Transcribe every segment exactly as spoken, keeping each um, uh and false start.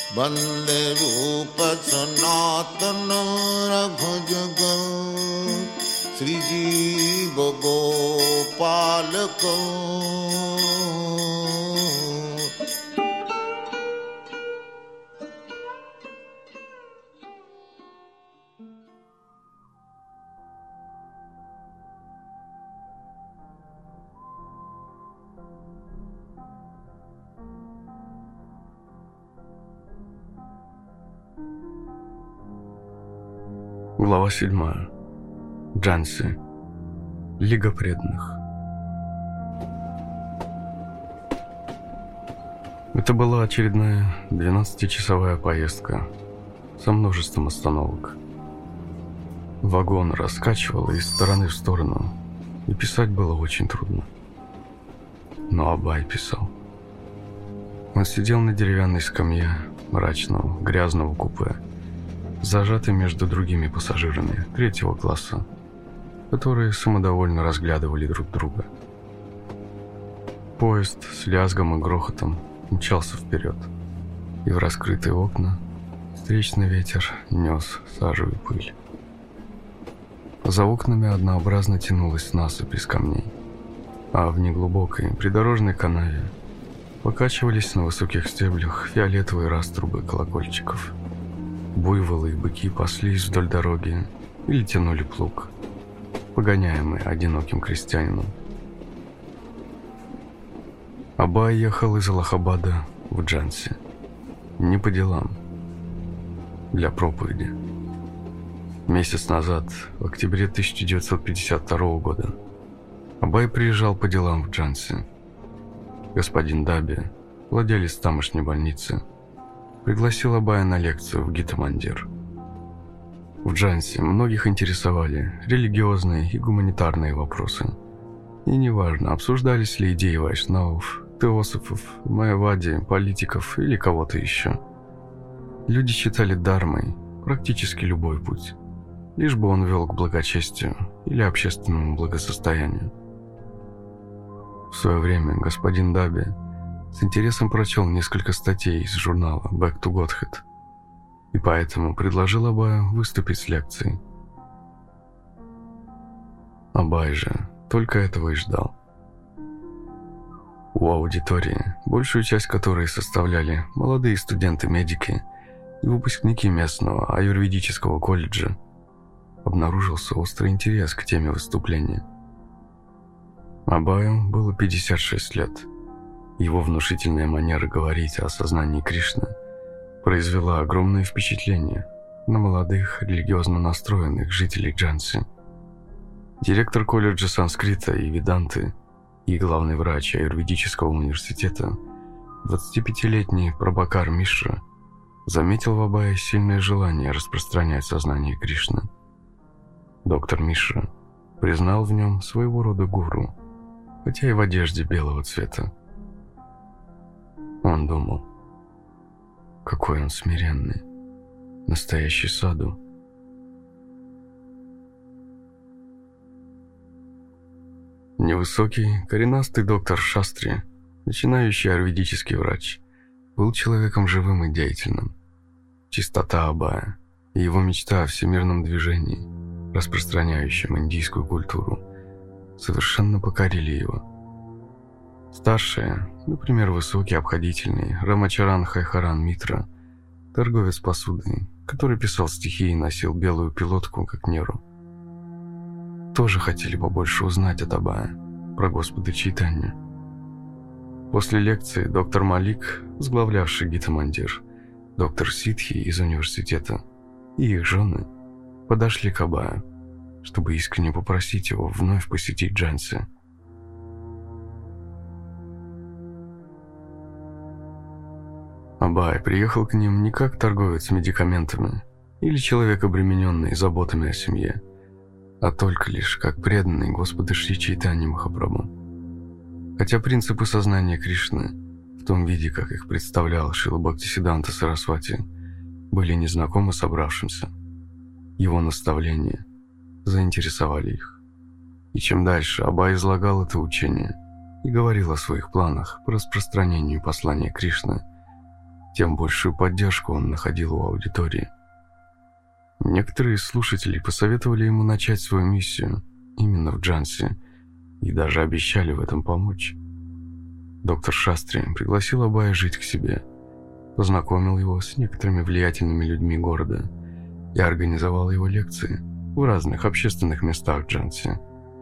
Bande Rupa Sanatana Raghujagam Sri Jiva Gopalakam. Глава седьмая. Джанси. Лига преданных. Это была очередная двенадцатичасовая поездка со множеством остановок. Вагон раскачивало из стороны в сторону, и писать было очень трудно. Но Абай писал. Он сидел на деревянной скамье мрачного, грязного купе, зажатый между другими пассажирами третьего класса, которые самодовольно разглядывали друг друга. Поезд с лязгом и грохотом мчался вперед, и в раскрытые окна встречный ветер нес сажу и пыль. За окнами однообразно тянулась насыпь из камней, а в неглубокой придорожной канаве покачивались на высоких стеблях фиолетовые раструбы колокольчиков. Буйволы и быки паслись вдоль дороги или тянули плуг, погоняемый одиноким крестьянином. Абай ехал из Аллахабада в Джанси. Не по делам, для проповеди. Месяц назад, в октябре тысяча девятьсот пятьдесят второго года, Абай приезжал по делам в Джанси. Господин Даби, владелец тамошней больницы, пригласил Абая на лекцию в Гита-Мандир. В Джанси многих интересовали религиозные и гуманитарные вопросы. И неважно, обсуждались ли идеи вайшнавов, теософов, майявади, политиков или кого-то еще. Люди считали дхармой практически любой путь, лишь бы он вел к благочестию или общественному благосостоянию. В свое время господин Даби с интересом прочел несколько статей из журнала «Back to Godhead» и поэтому предложил Абаю выступить с лекцией. Абай же только этого и ждал. У аудитории, большую часть которой составляли молодые студенты-медики и выпускники местного аюрведического колледжа, обнаружился острый интерес к теме выступления. Абаю было пятьдесят шесть лет. Его внушительная манера говорить о сознании Кришны произвела огромное впечатление на молодых, религиозно настроенных жителей Джанси. Директор колледжа санскрита и веданты и главный врач аюрведического университета, двадцатипятилетний Прабхакар Мишра, заметил в Абае сильное желание распространять сознание Кришны. Доктор Мишра признал в нем своего рода гуру, хотя и в одежде белого цвета. Он думал, какой он смиренный, настоящий саду. Невысокий, коренастый доктор Шастри, начинающий аюрведический врач, был человеком живым и деятельным. Чистота Абая и его мечта о всемирном движении, распространяющем индийскую культуру, совершенно покорили его. Старший, например, высокий, обходительный Рамачаран Хайхаран Митра, торговец посудой, который писал стихи и носил белую пилотку, как Неру, тоже хотели побольше узнать от Абая про Господа Чайтанью. После лекции доктор Малик, возглавлявший Гита-Мандир, доктор Ситхи из университета и их жены подошли к Абаю, чтобы искренне попросить его вновь посетить Джанси. Абай приехал к ним не как торговец медикаментами или человек, обремененный заботами о семье, а только лишь как преданный Господу Шри Чайтаньи Махапрабху. Хотя принципы сознания Кришны, в том виде, как их представлял Шрила Бхактисиданта Сарасвати, были незнакомы собравшимся, его наставления заинтересовали их. И чем дальше Абай излагал это учение и говорил о своих планах по распространению послания Кришны, тем большую поддержку он находил у аудитории. Некоторые из слушателей посоветовали ему начать свою миссию именно в Джанси и даже обещали в этом помочь. Доктор Шастри пригласил Абая жить к себе, познакомил его с некоторыми влиятельными людьми города и организовал его лекции в разных общественных местах Джанси.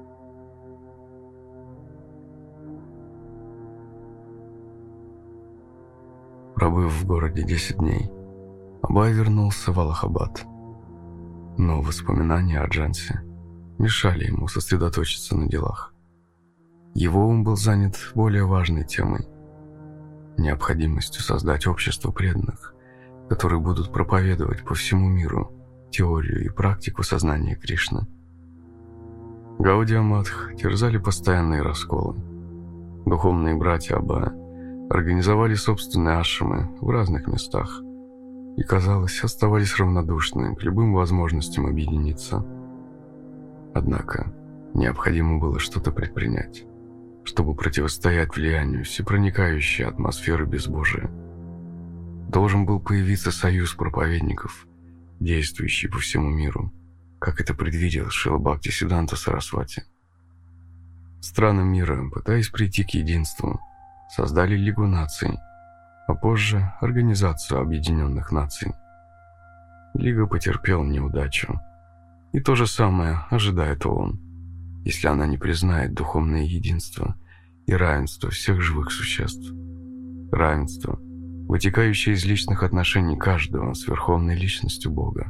Пробыв в городе десять дней, Абай вернулся в Аллахабад. Но воспоминания о Джанси мешали ему сосредоточиться на делах. Его ум был занят более важной темой – необходимостью создать общество преданных, которые будут проповедовать по всему миру теорию и практику сознания Кришны. Гаудия Мадх терзали постоянные расколы. Духовные братья Абая организовали собственные ашрамы в разных местах и, казалось, оставались равнодушны к любым возможностям объединиться. Однако необходимо было что-то предпринять, чтобы противостоять влиянию всепроникающей атмосферы безбожия. Должен был появиться союз проповедников, действующий по всему миру, как это предвидел Шрила Бхактисиддханта Сарасвати. Страны мира, пытаясь прийти к единству, создали Лигу наций, а позже Организацию Объединенных Наций. Лига потерпела неудачу, и то же самое ожидает ООН, если она не признает духовное единство и равенство всех живых существ. Равенство, вытекающее из личных отношений каждого с Верховной Личностью Бога.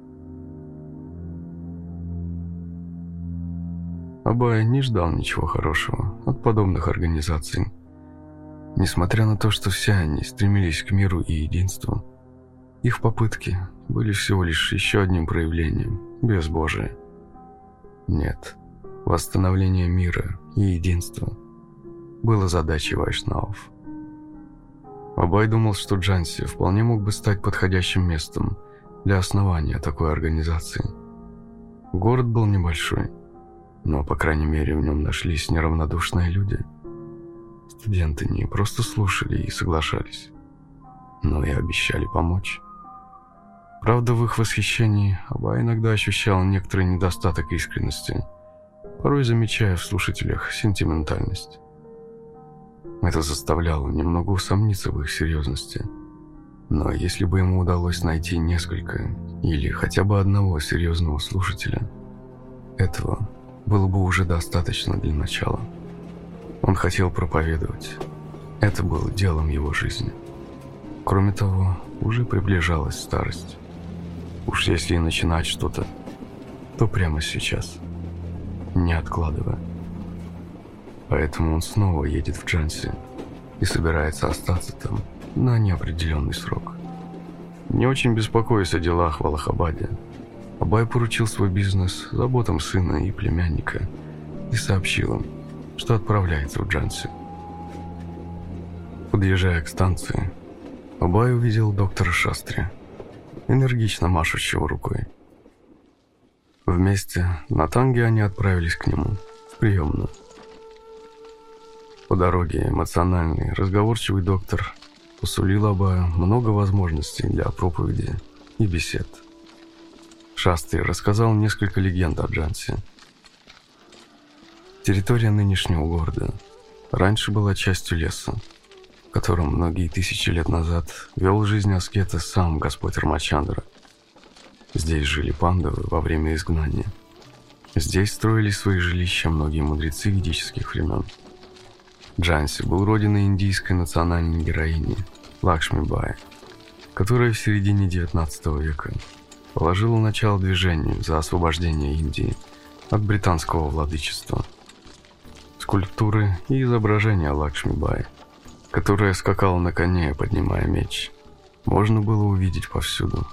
Абай не ждал ничего хорошего от подобных организаций. Несмотря на то, что все они стремились к миру и единству, их попытки были всего лишь еще одним проявлением безбожия. Нет, восстановление мира и единства было задачей вайшнавов. Абай думал, что Джанси вполне мог бы стать подходящим местом для основания такой организации. Город был небольшой, но, по крайней мере, в нем нашлись неравнодушные люди. Студенты не просто слушали и соглашались, но и обещали помочь. Правда, в их восхищении Абай иногда ощущал некоторый недостаток искренности, порой замечая в слушателях сентиментальность. Это заставляло немного усомниться в их серьезности. Но если бы ему удалось найти несколько или хотя бы одного серьезного слушателя, этого было бы уже достаточно для начала. Он хотел проповедовать. Это было делом его жизни. Кроме того, уже приближалась старость. Уж если и начинать что-то, то прямо сейчас, не откладывая. Поэтому он снова едет в Джанси и собирается остаться там на неопределенный срок. Не очень беспокоясь о делах в Аллахабаде, Абай поручил свой бизнес заботам сына и племянника и сообщил им, что отправляется в Джанси. Подъезжая к станции, Абай увидел доктора Шастри, энергично машущего рукой. Вместе на танге они отправились к нему в приемную. По дороге эмоциональный, разговорчивый доктор посулил Абаю много возможностей для проповеди и бесед. Шастри рассказал несколько легенд о Джанси. Территория нынешнего города раньше была частью леса, в котором многие тысячи лет назад вел жизнь аскета сам Господь Рамачандра. Здесь жили пандавы во время изгнания. Здесь строили свои жилища многие мудрецы ведических времен. Джанси был родиной индийской национальной героини Лакшми Бай, которая в середине девятнадцатого века положила начало движению за освобождение Индии от британского владычества. Скульптуры и изображения Лакшми Бай, которая скакала на коне, поднимая меч, можно было увидеть повсюду.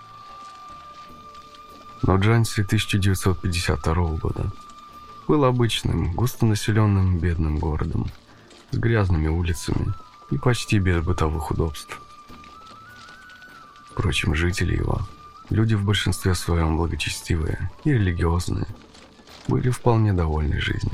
Но Джанси тысяча девятьсот пятьдесят второго года был обычным, густонаселенным бедным городом с грязными улицами и почти без бытовых удобств. Впрочем, жители его, люди в большинстве своем благочестивые и религиозные, были вполне довольны жизнью.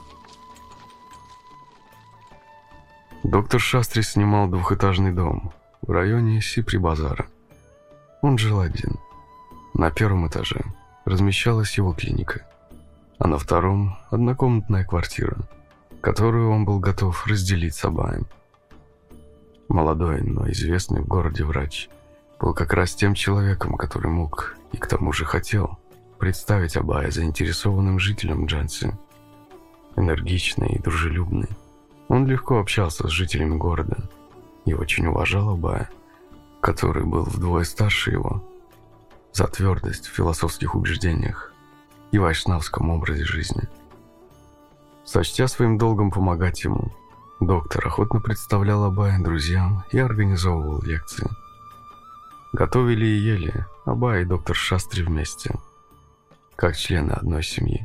Доктор Шастри снимал двухэтажный дом в районе Сипри-базара. Он жил один. На первом этаже размещалась его клиника, а на втором – однокомнатная квартира, которую он был готов разделить с Абаем. Молодой, но известный в городе врач был как раз тем человеком, который мог и к тому же хотел представить Абая заинтересованным жителям Джанси. Энергичный и дружелюбный, он легко общался с жителями города и очень уважал Абая, который был вдвое старше его, за твердость в философских убеждениях и вайшнавском образе жизни. Сочтя своим долгом помогать ему, доктор охотно представлял Абая друзьям и организовывал лекции. Готовили и ели Абай и доктор Шастри вместе, как члены одной семьи.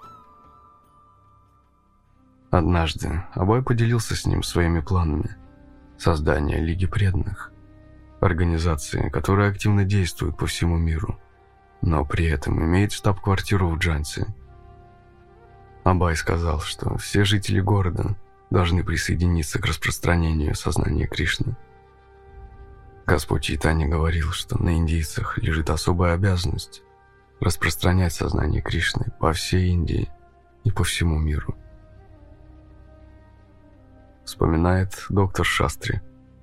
Однажды Абай поделился с ним своими планами создания Лиги преданных, организации, которая активно действует по всему миру, но при этом имеет штаб-квартиру в Джанси. Абай сказал, что все жители города должны присоединиться к распространению сознания Кришны. Господь Чайтанья говорил, что на индийцах лежит особая обязанность распространять сознание Кришны по всей Индии и по всему миру. Вспоминает доктор Шастри.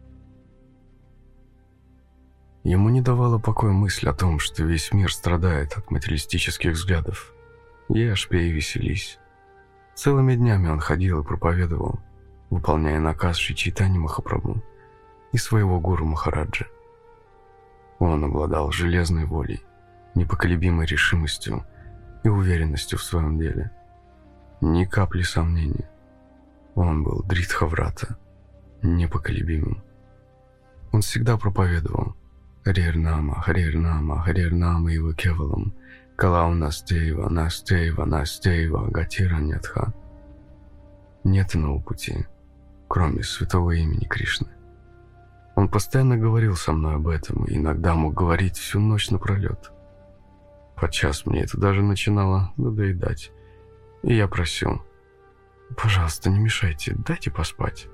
Ему не давала покоя мысль о том, что весь мир страдает от материалистических взглядов. Ешь, пей, веселись. Целыми днями он ходил и проповедовал, выполняя наказ Шри Чайтаньи Махапрабху и своего гуру Махараджа. Он обладал железной волей, непоколебимой решимостью и уверенностью в своем деле. Ни капли сомнения. Он был Дритхаврата, непоколебимым. Он всегда проповедовал Харир-нама, Харир-нама, Харир-нама ива кевалам, Калау настейва, настейва, настейва, Гатира-нятха. Нет иного пути, кроме святого имени Кришны. Он постоянно говорил со мной об этом и иногда мог говорить всю ночь напролет. Подчас мне это даже начинало надоедать, и я просил: «Пожалуйста, не мешайте, дайте поспать».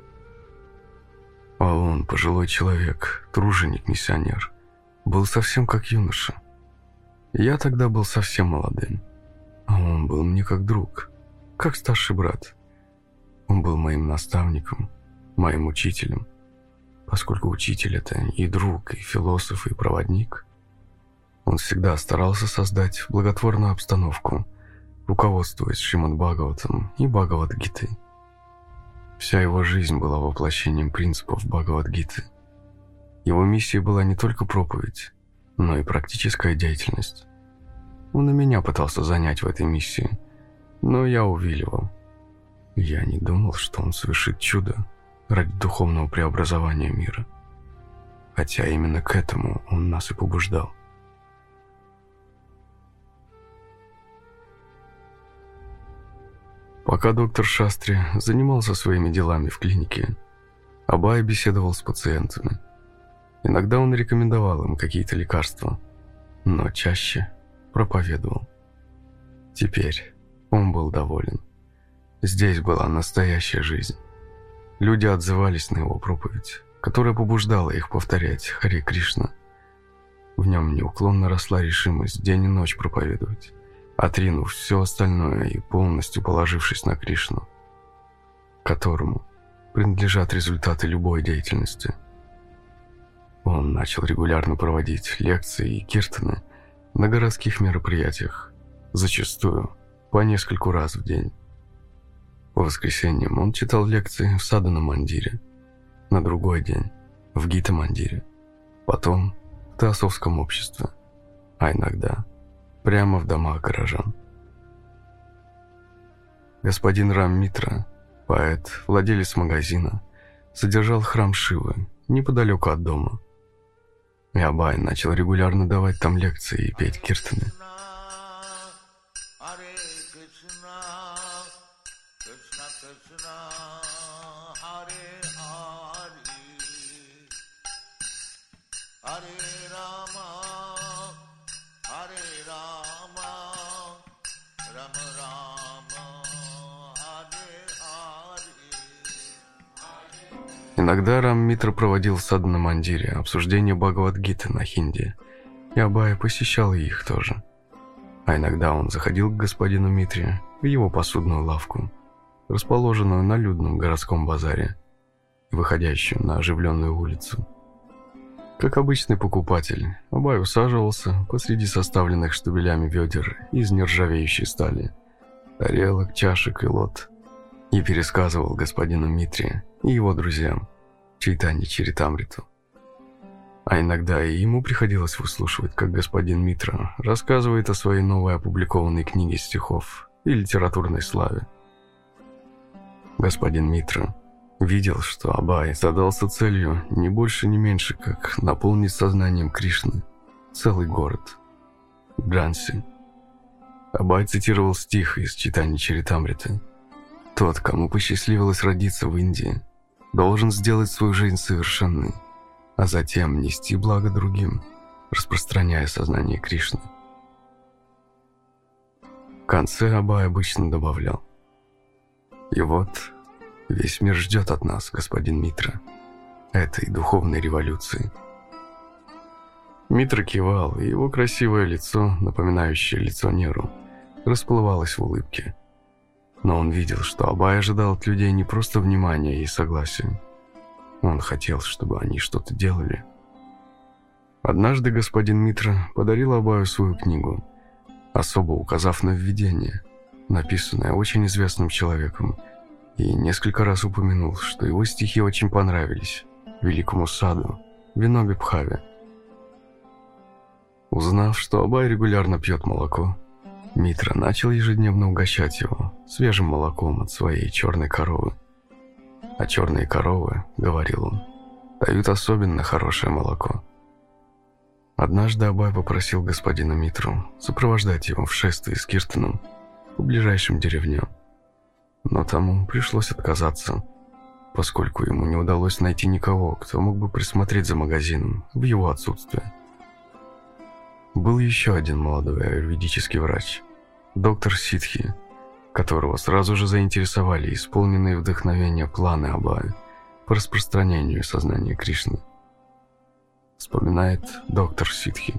А он, пожилой человек, труженик-миссионер, был совсем как юноша. Я тогда был совсем молодым, а он был мне как друг, как старший брат. Он был моим наставником, моим учителем, поскольку учитель — это и друг, и философ, и проводник. Он всегда старался создать благотворную обстановку, руководствуясь Шримад-Бхагаватом и Бхагавад-гитой. Вся его жизнь была воплощением принципов Бхагавад-гиты. Его миссией была не только проповедь, но и практическая деятельность. Он и меня пытался занять в этой миссии, но я увиливал. Я не думал, что он совершит чудо ради духовного преобразования мира, хотя именно к этому он нас и побуждал. Пока доктор Шастри занимался своими делами в клинике, Абай беседовал с пациентами. Иногда он рекомендовал им какие-то лекарства, но чаще проповедовал. Теперь он был доволен. Здесь была настоящая жизнь. Люди отзывались на его проповедь, которая побуждала их повторять Харе Кришна. В нем неуклонно росла решимость день и ночь проповедовать, отринув все остальное и полностью положившись на Кришну, которому принадлежат результаты любой деятельности. Он начал регулярно проводить лекции и киртаны на городских мероприятиях, зачастую по нескольку раз в день. По воскресеньям он читал лекции в Садана-мандире, на другой день в Гита-мандире, потом в Теософском обществе, а иногда прямо в домах горожан. Господин Рам Митра, поэт, владелец магазина, содержал храм Шивы неподалеку от дома. И Абай начал регулярно давать там лекции и петь киртаны. Иногда Рам Митра проводил в Садхана Мандире обсуждение Бхагавад-гиты на хинди, и Абай посещал их тоже. А иногда он заходил к господину Митре в его посудную лавку, расположенную на людном городском базаре, выходящую на оживленную улицу. Как обычный покупатель, Абай усаживался посреди составленных штабелями ведер из нержавеющей стали, тарелок, чашек и лот, и пересказывал господину Митре и его друзьям Чайтанья Чаритамриту. А иногда и ему приходилось выслушивать, как господин Митра рассказывает о своей новой опубликованной книге стихов и литературной славе. Господин Митра видел, что Абай задался целью не больше, не меньше, как наполнить сознанием Кришны целый город – Джанси. Абай цитировал стих из Чайтанья Чаритамриты: «Тот, кому посчастливилось родиться в Индии, должен сделать свою жизнь совершенной, а затем нести благо другим, распространяя сознание Кришны». В конце Абай обычно добавлял: «И вот весь мир ждет от нас, господин Митра, этой духовной революции». Митра кивал, и его красивое лицо, напоминающее лицо Неру, расплывалось в улыбке. Но он видел, что Абай ожидал от людей не просто внимания и согласия. Он хотел, чтобы они что-то делали. Однажды господин Митра подарил Абаю свою книгу, особо указав на введение, написанное очень известным человеком, и несколько раз упомянул, что его стихи очень понравились великому саду Виноби Бхаве. Узнав, что Абай регулярно пьет молоко, Митра начал ежедневно угощать его свежим молоком от своей черной коровы. А черные коровы, говорил он, дают особенно хорошее молоко. Однажды Абай попросил господина Митру сопровождать его в шествии с киртаном по ближайшим деревням. Но тому пришлось отказаться, поскольку ему не удалось найти никого, кто мог бы присмотреть за магазином в его отсутствие. Был еще один молодой аюрведический врач, доктор Ситхи, которого сразу же заинтересовали исполненные вдохновения планы Абая по распространению сознания Кришны. Вспоминает доктор Ситхи: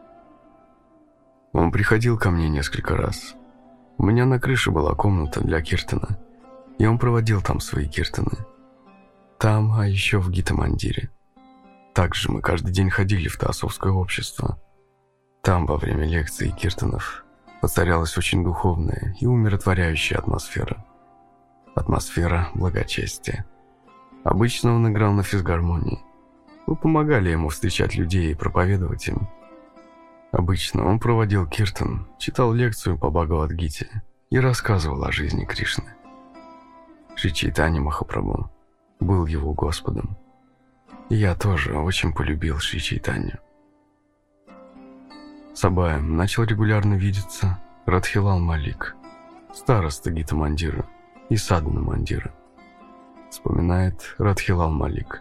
«Он приходил ко мне несколько раз. У меня на крыше была комната для киртана, и он проводил там свои киртаны. Там, а еще в Гита-мандире. Также мы каждый день ходили в теософское общество. Там во время лекций и киртанов воцарялась очень духовная и умиротворяющая атмосфера. Атмосфера благочестия. Обычно он играл на физгармонии. Мы помогали ему встречать людей и проповедовать им. Обычно он проводил киртан, читал лекцию по Бхагавад-гите и рассказывал о жизни Кришны. Шри Чайтанья Махапрабху был его Господом. И я тоже очень полюбил Шри Чайтанью». С Абаем начал регулярно видеться Радхилал Малик, староста Гита-мандира и Садхана Мандира. Вспоминает Радхилал Малик: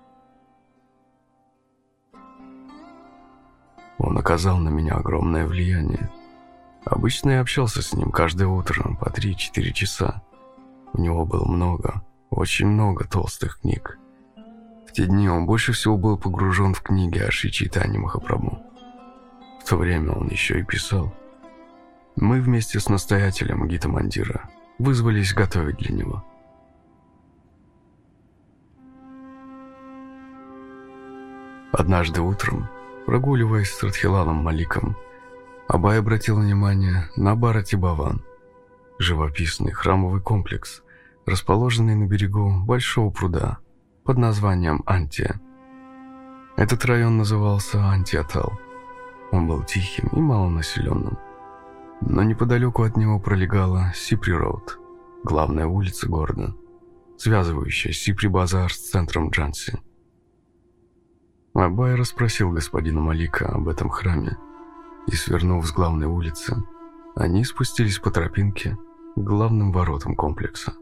«Он оказал на меня огромное влияние. Обычно я общался с ним каждое утро по три-четыре часа. У него было много, очень много толстых книг. В те дни он больше всего был погружен в книги о Шри Чайтанье Махапрабху. В то время он еще и писал. Мы вместе с настоятелем Гита-мандира вызвались готовить для него. Однажды утром, прогуливаясь с Радхилалом Маликом, Абай обратил внимание на Бхарати Бхаван, живописный храмовый комплекс, расположенный на берегу большого пруда под названием Антия. Этот район назывался Антиатал. Он был тихим и малонаселенным, но неподалеку от него пролегала Сипри-роуд, главная улица города, связывающая Сипри-базар с центром Джанси. Абай расспросил господина Малика об этом храме, и, свернув с главной улицы, они спустились по тропинке к главным воротам комплекса.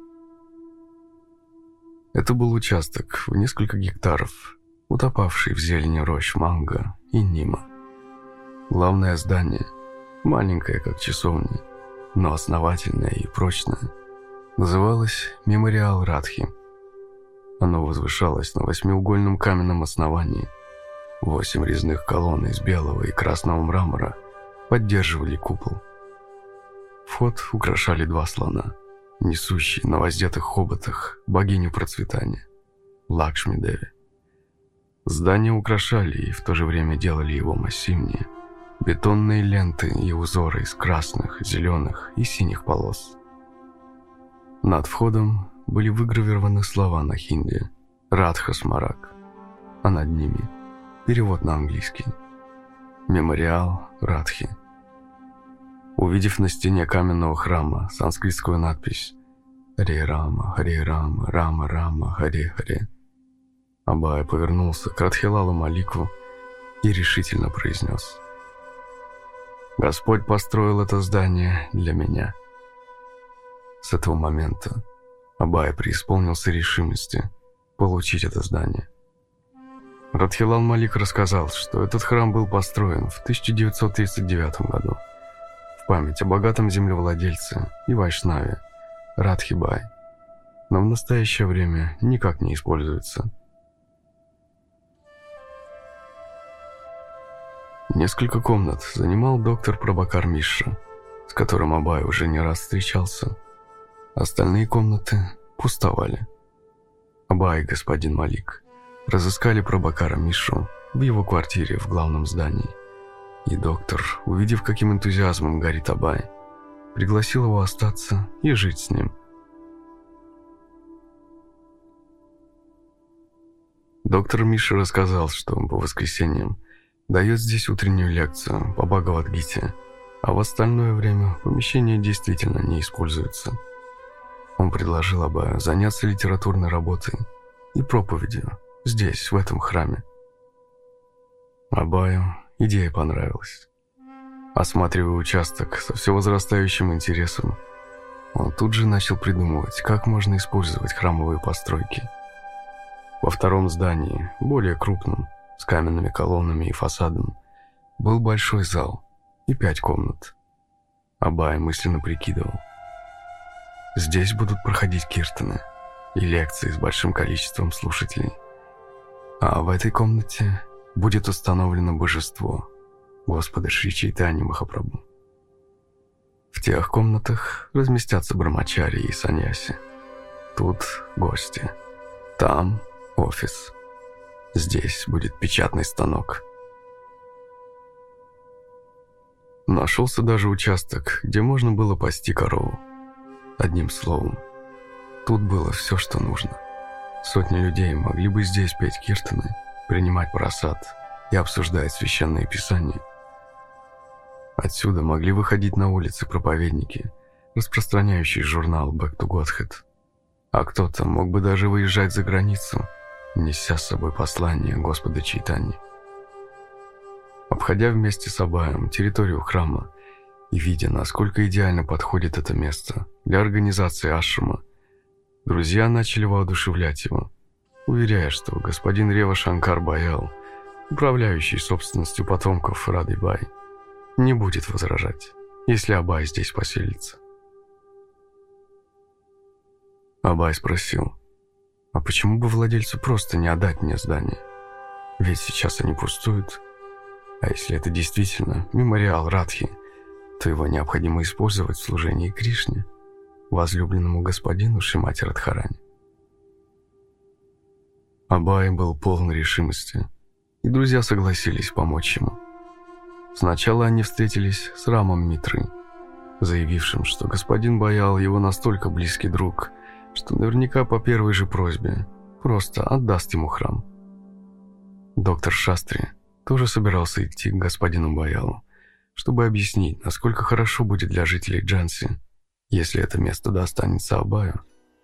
Это был участок в несколько гектаров, утопавший в зелени рощ манго и нима. Главное здание, маленькое как часовня, но основательное и прочное, называлось Мемориал Радхи. Оно возвышалось на восьмиугольном каменном основании. Восемь резных колонн из белого и красного мрамора поддерживали купол. Вход украшали два слона, несущие на воздетых хоботах богиню процветания – Лакшми-Деви. Здание украшали и в то же время делали его массивнее бетонные ленты и узоры из красных, зеленых и синих полос. Над входом были выгравированы слова на хинди «Радха Смарак», а над ними перевод на английский «Мемориал Радхи». Увидев на стене каменного храма санскритскую надпись «Харе Рама, Харе Рама, Рама Рама, Харе Харе», Абай повернулся к Радхилалу Малику и решительно произнес: «Господь построил это здание для меня». С этого момента Абай преисполнился решимости получить это здание. Радхилал Малик рассказал, что этот храм был построен в тысяча девятьсот тридцать девятом году в память о богатом землевладельце и вайшнаве Радхи Бай, но в настоящее время никак не используется. Несколько комнат занимал доктор Прабхакар Мишра, с которым Абай уже не раз встречался. Остальные комнаты пустовали. Абай и господин Малик разыскали Прабхакара Мишру в его квартире в главном здании, и доктор, увидев, каким энтузиазмом горит Абай, пригласил его остаться и жить с ним. Доктор Мишра рассказал, что по воскресеньям дает здесь утреннюю лекцию по Бхагавад-гите, а в остальное время помещение действительно не используется. Он предложил Абаю заняться литературной работой и проповедью здесь, в этом храме. Абаю идея понравилась. Осматривая участок со все возрастающим интересом, он тут же начал придумывать, как можно использовать храмовые постройки. Во втором здании, более крупном, с каменными колоннами и фасадом, был большой зал и пять комнат. Абай мысленно прикидывал: здесь будут проходить киртаны и лекции с большим количеством слушателей, а в этой комнате будет установлено божество Господа Шри Чайтаньи Махапрабху. В тех комнатах разместятся брамачари и саньяси. Тут гости, там офис. Здесь будет печатный станок. Нашелся даже участок, где можно было пасти корову. Одним словом, тут было все, что нужно. Сотни людей могли бы здесь петь киртаны, принимать прасад и обсуждать священные писания. Отсюда могли выходить на улицы проповедники, распространяющие журнал «Back to Godhead». А кто-то мог бы даже выезжать за границу, неся с собой послание Господа Чайтаньи. Обходя вместе с Абаем территорию храма и видя, насколько идеально подходит это место для организации ашрама, друзья начали воодушевлять его, уверяя, что господин Рева Шанкар Баял, управляющий собственностью потомков Рады Бай, не будет возражать, если Абай здесь поселится. Абай спросил: а почему бы владельцу просто не отдать мне здание? Ведь сейчас они пустуют. А если это действительно мемориал Радхи, то его необходимо использовать в служении Кришне, возлюбленному господину Шримати Радхарани. Абай был полон решимости, и друзья согласились помочь ему. Сначала они встретились с Рамом Митрой, заявившим, что господин Баял его настолько близкий друг, что наверняка по первой же просьбе просто отдаст ему храм. Доктор Шастри тоже собирался идти к господину Баялу, чтобы объяснить, насколько хорошо будет для жителей Джанси, если это место достанется Абаю.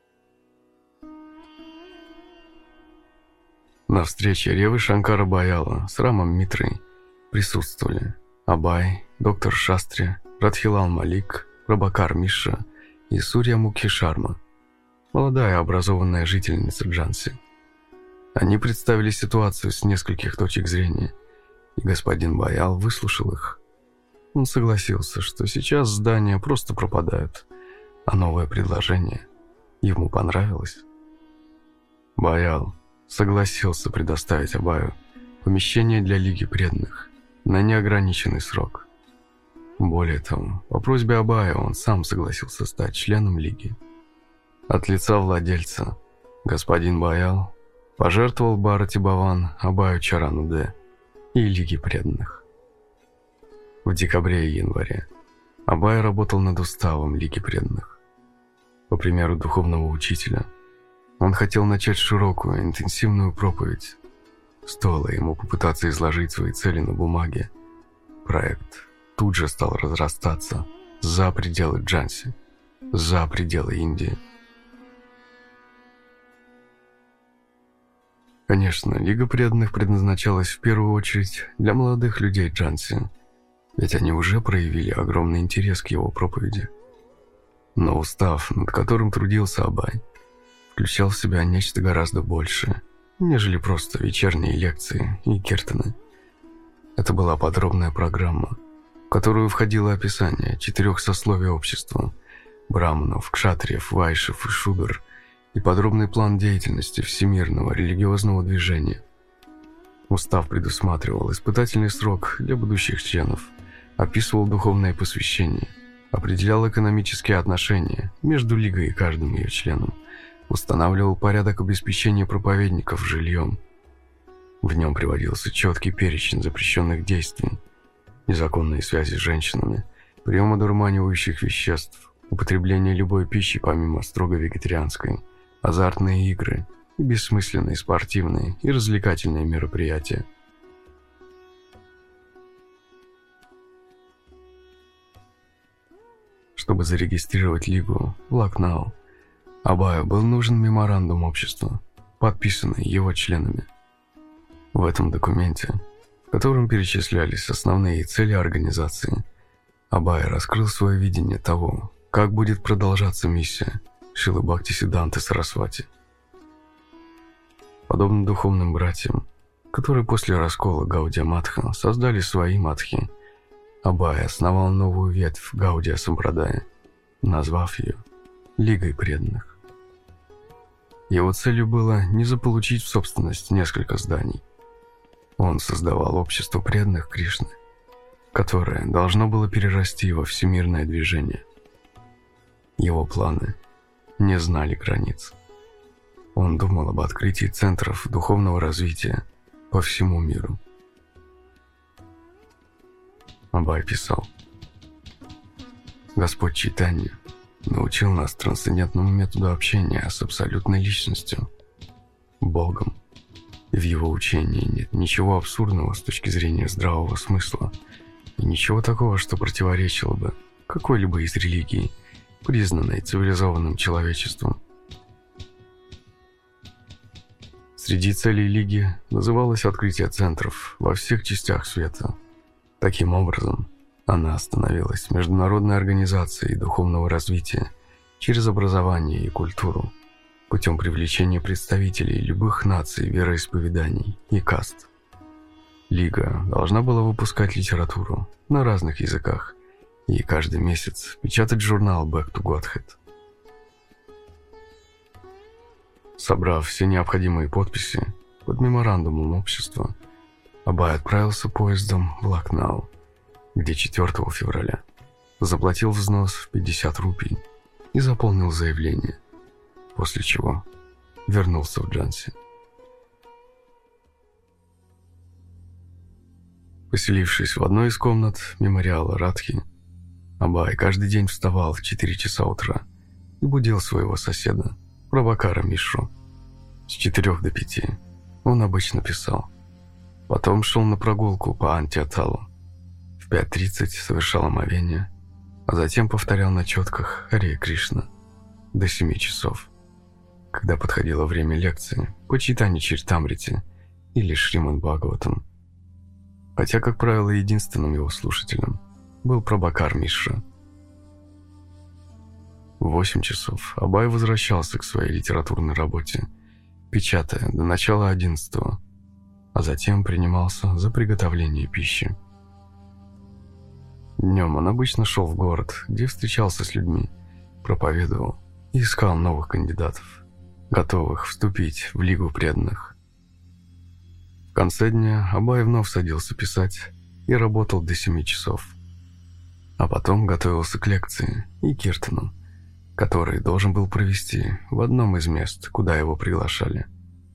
На встрече Ревы Шанкара Баяла с Рамом Митрой присутствовали Абай, доктор Шастри, Радхилал Малик, Прабхакар Мишра и Сурья Мукхи Шарма, молодая образованная жительница Джанси. Они представили ситуацию с нескольких точек зрения, и господин Баял выслушал их. Он согласился, что сейчас здания просто пропадают, а новое предложение ему понравилось. Баял согласился предоставить Абаю помещение для Лиги Преданных на неограниченный срок. Более того, по просьбе Абая он сам согласился стать членом Лиги. От лица владельца господин Баял пожертвовал Бхарати Бхаван Абаю Чарану-де и Лиге Преданных. В декабре и январе Абай работал над уставом Лиги Преданных. По примеру духовного учителя, он хотел начать широкую, интенсивную проповедь. Стоило ему попытаться изложить свои цели на бумаге. Проект тут же стал разрастаться за пределы Джанси, за пределы Индии. Конечно, Лига Преданных предназначалась в первую очередь для молодых людей Джанси, ведь они уже проявили огромный интерес к его проповеди. Но устав, над которым трудился Абай, включал в себя нечто гораздо большее, нежели просто вечерние лекции и киртаны. Это была подробная программа, в которую входило описание четырех сословий общества – браманов, кшатриев, вайшев и шудр, и подробный план деятельности всемирного религиозного движения. Устав предусматривал испытательный срок для будущих членов, описывал духовное посвящение, определял экономические отношения между Лигой и каждым ее членом, устанавливал порядок обеспечения проповедников жильем. В нем приводился четкий перечень запрещенных действий, незаконные связи с женщинами, прием одурманивающих веществ, употребление любой пищи помимо строго вегетарианской, азартные игры и бессмысленные спортивные и развлекательные мероприятия. Чтобы зарегистрировать Лигу в Лакнау, Абаю был нужен меморандум общества, подписанный его членами. В этом документе, в котором перечислялись основные цели организации, Абай раскрыл свое видение того, как будет продолжаться миссия Шрилы Бхактисиддханты Сарасвати. Подобно духовным братьям, которые после раскола Гаудия Матха создали свои матхи, Абай основал новую ветвь Гаудия Сампрадая, назвав ее Лигой Преданных. Его целью было не заполучить в собственность несколько зданий. Он создавал общество преданных Кришны, которое должно было перерасти во всемирное движение. Его планы не знали границ. Он думал об открытии центров духовного развития по всему миру. Абай писал: «Господь Чайтанья научил нас трансцендентному методу общения с абсолютной личностью, Богом. И в его учении нет ничего абсурдного с точки зрения здравого смысла и ничего такого, что противоречило бы какой-либо из религий, признанной цивилизованным человечеством». Среди целей Лиги называлось открытие центров во всех частях света. Таким образом, она становилась международной организацией духовного развития через образование и культуру, путем привлечения представителей любых наций, вероисповеданий и каст. Лига должна была выпускать литературу на разных языках и каждый месяц печатать журнал Back to Godhead. Собрав все необходимые подписи под меморандумом общества, Абай отправился поездом в Лакнау, где четвёртого февраля заплатил взнос в пятьдесят рупий и заполнил заявление, после чего вернулся в Джанси. Поселившись в одной из комнат мемориала Радхи, Абай каждый день вставал в четыре часа утра и будил своего соседа, Прабхакара Мишру. С четырёх до пяти он обычно писал. Потом шел на прогулку по Антиаталу. В пять тридцать совершал омовение, а затем повторял на четках Харе Кришна до семи часов. Когда подходило время лекции по Чайтанья Чаритамрите или Шримад Бхагаватам, хотя, как правило, единственным его слушателем был Прабхакар Мишра. В восемь часов Абай возвращался к своей литературной работе, печатая до начала одиннадцатого, а затем принимался за приготовление пищи. Днем он обычно шел в город, где встречался с людьми, проповедовал и искал новых кандидатов. готовых вступить в Лигу преданных. В конце дня Абай вновь садился писать и работал до семи часов. А потом готовился к лекции и киртану, который должен был провести в одном из мест, куда его приглашали.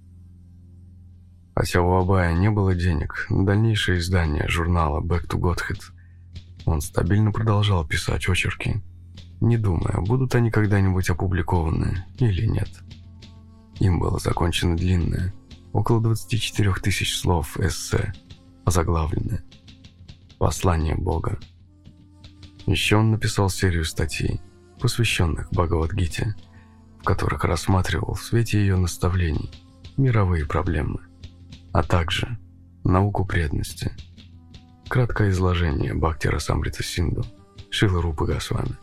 Хотя у Абая не было денег на дальнейшее издание журнала «Back to Godhead», он стабильно продолжал писать очерки, не думая, будут они когда-нибудь опубликованы или нет. Им было закончено длинное, около двадцати четырёх тысяч слов эссе, озаглавленное «Послание Бога». Еще он написал серию статей, посвященных Бхагавад-гите, в которых рассматривал в свете ее наставлений мировые проблемы, а также науку преданности. Краткое изложение Бхакти-расамрита Синду Шрилы Рупы Госвами.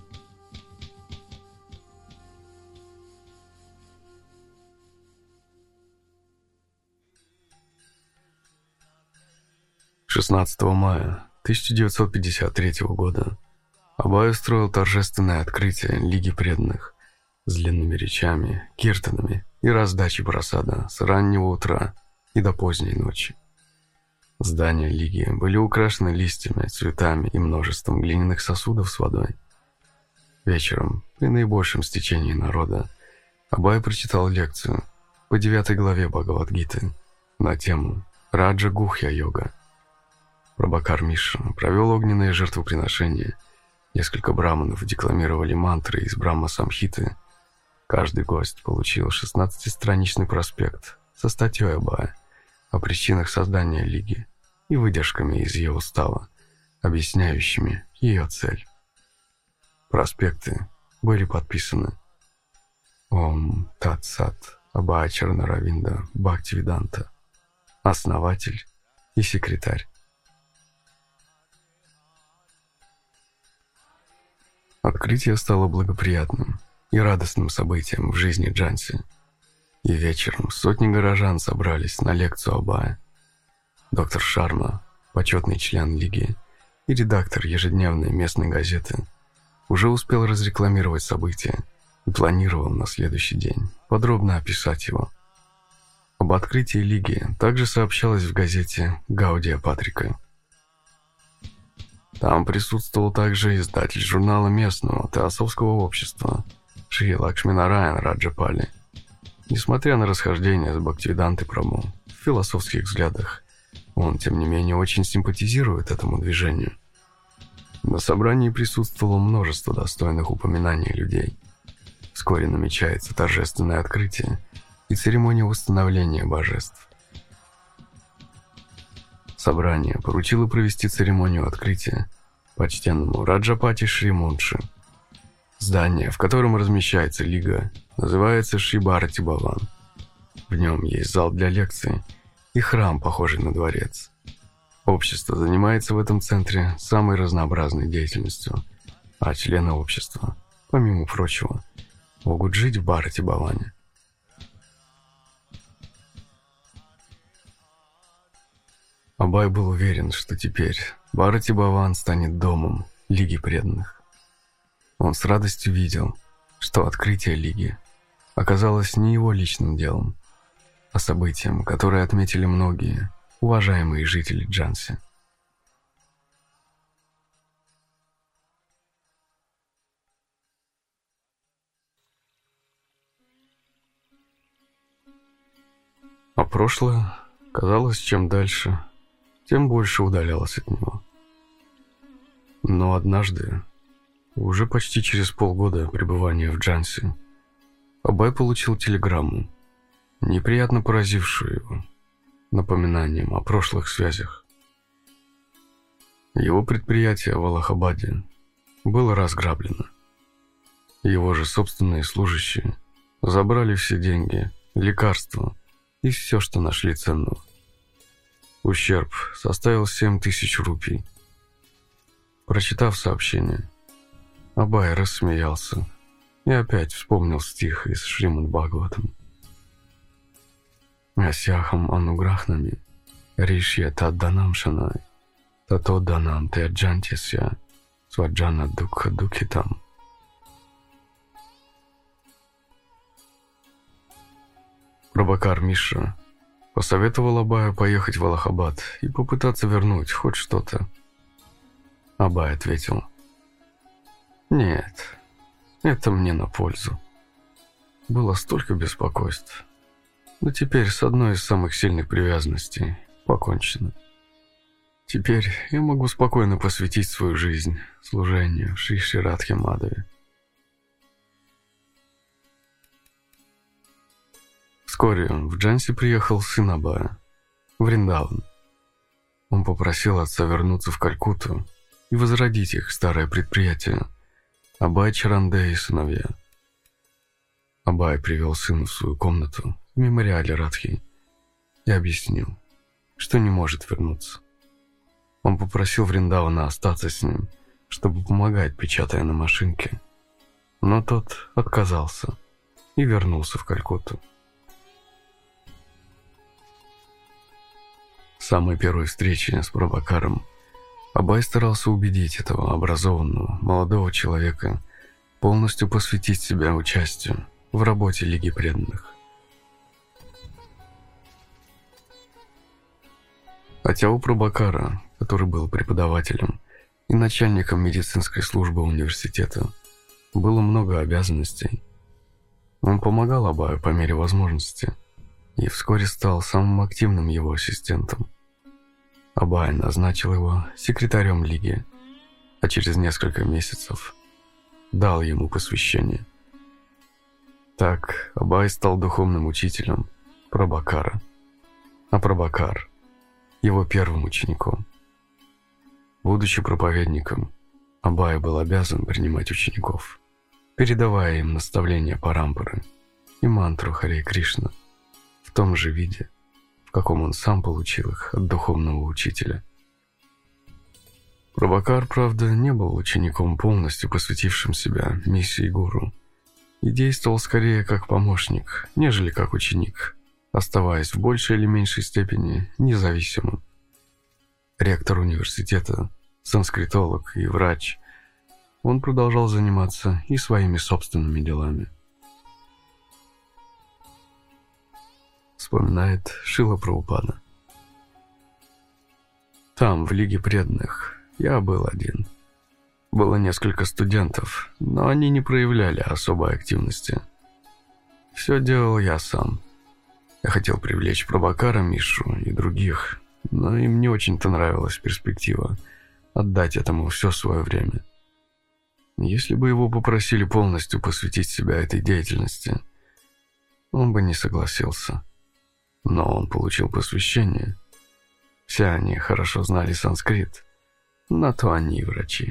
шестнадцатого мая тысяча девятьсот пятьдесят третьего года Абай устроил торжественное открытие Лиги преданных с длинными речами, киртанами и раздачей просада с раннего утра и до поздней ночи. Здания Лиги были украшены листьями, цветами и множеством глиняных сосудов с водой. Вечером, при наибольшем стечении народа, Абай прочитал лекцию по девятой главе Бхагавад-гиты на тему Раджа-гухья-йога. Прабхакар Мишра провел огненное жертвоприношение. Несколько браманов декламировали мантры из Брахма-самхиты. Каждый гость получил шестнадцатистраничный проспект со статьей Абая о причинах создания Лиги и выдержками из ее устава, объясняющими ее цель. Проспекты были подписаны Ом Тат Сат Абай Чаранаравинда Бхактивиданта, основатель и секретарь. Открытие стало благоприятным и радостным событием в жизни Джанси, и вечером сотни горожан собрались на лекцию Абая. Доктор Шарма, почетный член Лиги и редактор ежедневной местной газеты, уже успел разрекламировать событие и планировал на следующий день подробно описать его. Об открытии Лиги также сообщалось в газете «Гаудия Патрика». Там присутствовал также издатель журнала местного теософского общества Шри Лакшминараян Раджапали. Несмотря на расхождение с Бхактивидантой Прабху в философских взглядах, он, тем не менее, очень симпатизирует этому движению. На собрании присутствовало множество достойных упоминаний людей. Вскоре намечается торжественное открытие и церемония восстановления божеств. Собрание поручило провести церемонию открытия почтенному Раджапати Шри Мунши. Здание, в котором размещается Лига, называется Шри Бхарати Бхаван. В нем есть зал для лекций и храм, похожий на дворец. Общество занимается в этом центре самой разнообразной деятельностью, а члены общества, помимо прочего, могут жить в Бхарати Бхаване. Абай был уверен, что теперь Бхарати Бхаван станет домом Лиги преданных. Он с радостью видел, что открытие Лиги оказалось не его личным делом, а событием, которое отметили многие уважаемые жители Джанси. А прошлое, казалось, чем дальше, тем больше удалялось от него. Но однажды, уже почти через полгода пребывания в Джанси, Абай получил телеграмму, неприятно поразившую его, напоминанием о прошлых связях. Его предприятие в Аллахабаде было разграблено. Его же собственные служащие забрали все деньги, лекарства и все, что нашли ценного. Ущерб составил семь тысяч рупий. Прочитав сообщение, Абай рассмеялся и опять вспомнил стих из Шримад Бхагаватам. «Асяхам ануграхнами ришья тадданам шанай, тато данам те джантисья сваджана дукха дукхитам». Прабхакар Мишра посоветовал Абаю поехать в Аллахабад и попытаться вернуть хоть что-то. Абай ответил: «Нет, это мне на пользу. Было столько беспокойств. Но теперь с одной из самых сильных привязанностей покончено. Теперь я могу спокойно посвятить свою жизнь служению Шри Шри Радхе Мадхаве». Вскоре в Джанси приехал сын Абая, Вриндаван. Он попросил отца вернуться в Калькутту и возродить их старое предприятие Абай Чаранде и сыновья. Абай привел сына в свою комнату в мемориале Радхи и объяснил, что не может вернуться. Он попросил Вриндавана остаться с ним, чтобы помогать, печатая на машинке, но тот отказался и вернулся в Калькутту. С самой первой встречи с Прабхакаром Абай старался убедить этого образованного молодого человека полностью посвятить себя участию в работе Лиги преданных. Хотя у Прабхакара, который был преподавателем и начальником медицинской службы университета, было много обязанностей, он помогал Абаю по мере возможности и вскоре стал самым активным его ассистентом. Абай назначил его секретарем Лиги, а через несколько месяцев дал ему посвящение. Так Абай стал духовным учителем Прабхакара, а Прабхакар – его первым учеником. Будучи проповедником, Абай был обязан принимать учеников, передавая им наставления Парампары и мантру Харе Кришна в том же виде, в каком он сам получил их от духовного учителя. Прабхакар, правда, не был учеником, полностью посвятившим себя миссии гуру, и действовал скорее как помощник, нежели как ученик, оставаясь в большей или меньшей степени независимым. Ректор университета, санскритолог и врач, он продолжал заниматься и своими собственными делами. Вспоминает Шрила Прабхупада. Там, в Лиге преданных, я был один. Было несколько студентов, но они не проявляли особой активности. Все делал я сам. Я хотел привлечь Прабхакара Мишру и других, но им не очень-то нравилась перспектива отдать этому все свое время. Если бы его попросили полностью посвятить себя этой деятельности, он бы не согласился. Но он получил посвящение. Все они хорошо знали санскрит, на то они и врачи.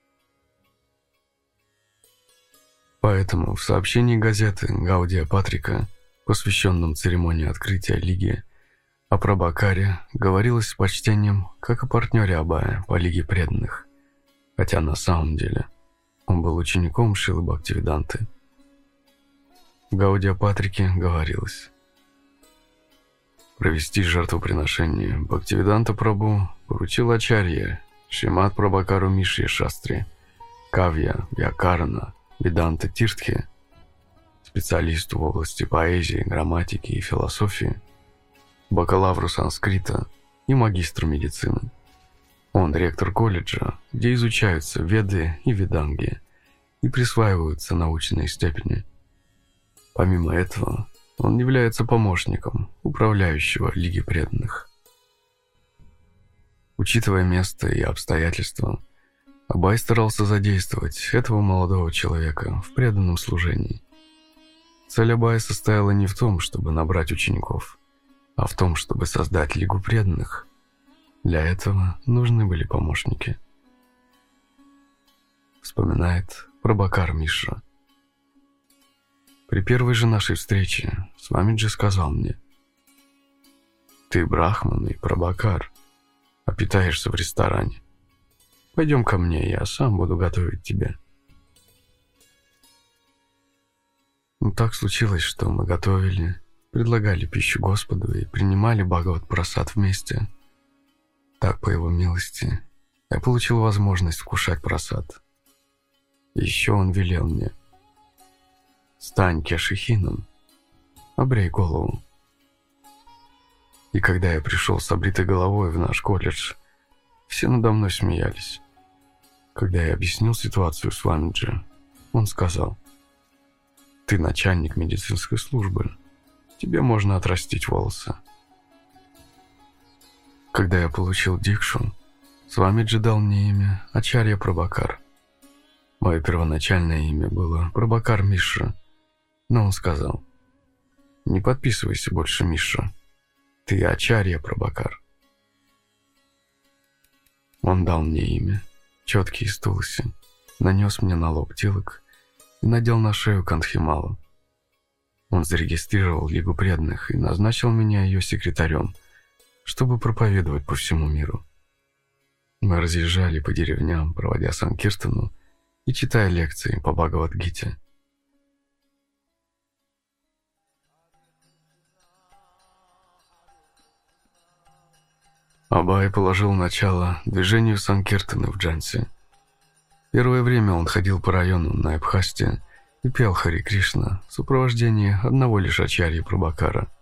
Поэтому в сообщении газеты «Гаудия Патрика», посвященном церемонии открытия Лиги, о Прабхакаре говорилось с почтением как о партнере Абая по Лиге преданных, хотя на самом деле он был учеником Шрилы Бхактивиданты. В Гаудия Патрике говорилось: провести жертвоприношение Бхактивиданта Прабху поручил Ачарье Шримад Прабхакару Мишре Шастри, Кавья Вьякарана Веданта Тиртхе, специалисту в области поэзии, грамматики и философии, бакалавру санскрита и магистру медицины. Он ректор колледжа, где изучаются веды и веданги и присваиваются научные степени. Помимо этого, он является помощником управляющего Лиги преданных. Учитывая место и обстоятельства, Абай старался задействовать этого молодого человека в преданном служении. Цель Абая состояла не в том, чтобы набрать учеников, а в том, чтобы создать Лигу преданных. Для этого нужны были помощники. Вспоминает Прабхакар Мишра. При первой же нашей встрече Свамиджи сказал мне: «Ты брахман и Прабхакар, а питаешься в ресторане. Пойдем ко мне, я сам буду готовить тебе». Но так случилось, что мы готовили, предлагали пищу Господу и принимали Бхагават-прасад вместе. Так, по его милости, я получил возможность вкушать прасад. Еще он велел мне: «Стань кешихином, обрей голову И когда я пришел с обритой головой в наш колледж, все надо мной смеялись. Когда я объяснил ситуацию Свамиджи, он сказал: «Ты начальник медицинской службы, тебе можно отрастить волосы». Когда я получил дикшу, Свамиджи дал мне имя Ачарья Прабхакар. Мое первоначальное имя было Прабхакар Мишра, но он сказал: «Не подписывайся больше, Мишра, ты Ачарья Прабхакар». Он дал мне имя, четкий из Тулси, нанес мне на лоб тилок и надел на шею кантхималу. Он зарегистрировал Лигу преданных и назначил меня ее секретарем, чтобы проповедовать по всему миру. Мы разъезжали по деревням, проводя санкиртану и читая лекции по Бхагавад-гите. Абай положил начало движению санкиртаны в Джанси. Первое время он ходил по району на Абхасте и пел Хари Кришна в сопровождении одного лишь Ачарьи Прабхакара.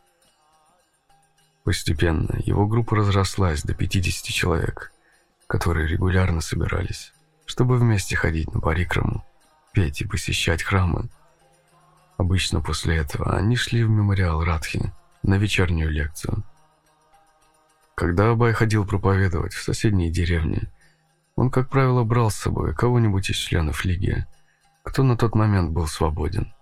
Постепенно его группа разрослась до пятидесяти человек, которые регулярно собирались, чтобы вместе ходить на парикраму, петь и посещать храмы. Обычно после этого они шли в мемориал Радхи на вечернюю лекцию. Когда Абай ходил проповедовать в соседние деревни, он, как правило, брал с собой кого-нибудь из членов Лиги, кто на тот момент был свободен.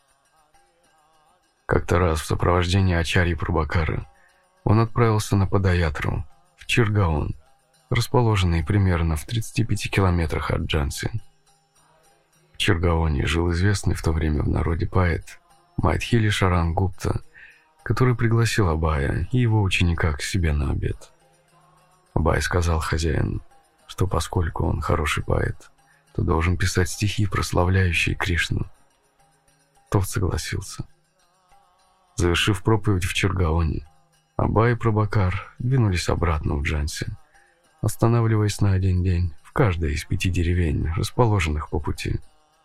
Как-то раз в сопровождении Ачарьи Прабхакара он отправился на Падаятру в Чиргаон, расположенный примерно в тридцати пяти километрах от Джанси. В Чиргаоне жил известный в то время в народе поэт Майтхили Шаран Гупта, который пригласил Абая и его ученика к себе на обед. Абай сказал хозяину, что поскольку он хороший поэт, то должен писать стихи, прославляющие Кришну. Тот согласился. Завершив проповедь в Чиргаоне, Абай и Прабхакар двинулись обратно в Джанси, останавливаясь на один день в каждой из пяти деревень, расположенных по пути.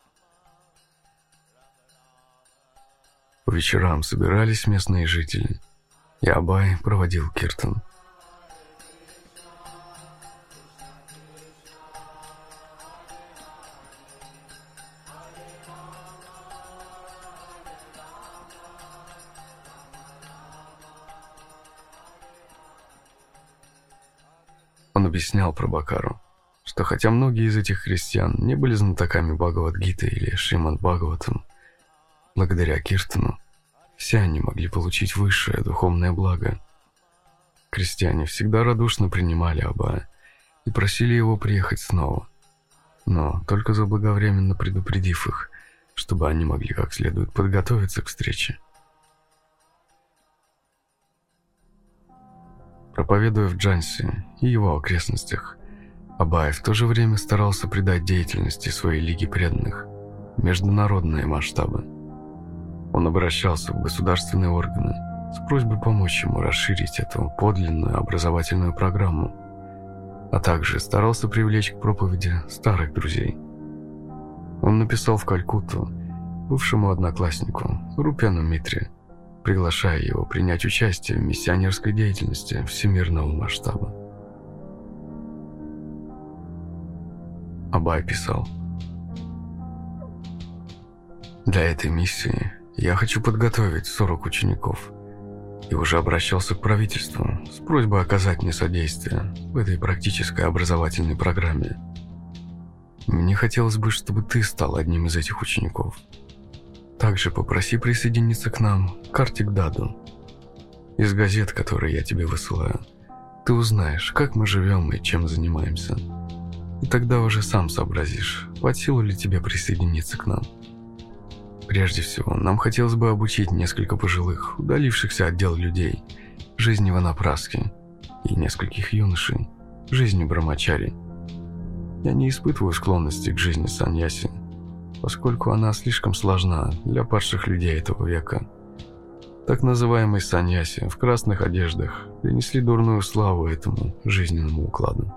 По вечерам собирались местные жители, и Абай проводил киртан. Он объяснял Прабхакару, что хотя многие из этих христиан не были знатоками Бхагавад-гиты или Шримад-Бхагаватам, благодаря киртану все они могли получить высшее духовное благо. Крестьяне всегда радушно принимали Абая и просили его приехать снова, но только заблаговременно предупредив их, чтобы они могли как следует подготовиться к встрече. Проповедуя в Джанси и его окрестностях, Абай в то же время старался придать деятельности своей Лиги преданных международные масштабы. Он обращался в государственные органы с просьбой помочь ему расширить эту подлинную образовательную программу, а также старался привлечь к проповеди старых друзей. Он написал в Калькутту бывшему однокласснику Рупену Митре, приглашая его принять участие в миссионерской деятельности всемирного масштаба. Абай писал: «Для этой миссии я хочу подготовить сорок учеников и уже обращался к правительству с просьбой оказать мне содействие в этой практической образовательной программе. Мне хотелось бы, чтобы ты стал одним из этих учеников. Также попроси присоединиться к нам Картик Даду. Из газет, которые я тебе высылаю, ты узнаешь, как мы живем и чем занимаемся. И тогда уже сам сообразишь, под силу ли тебе присоединиться к нам. Прежде всего, нам хотелось бы обучить несколько пожилых, удалившихся от дел людей, жизни ванапраски, и нескольких юношей, жизни брамачари. Я не испытываю склонности к жизни саньяси, поскольку она слишком сложна для падших людей этого века. Так называемые саньяси в красных одеждах принесли дурную славу этому жизненному укладу.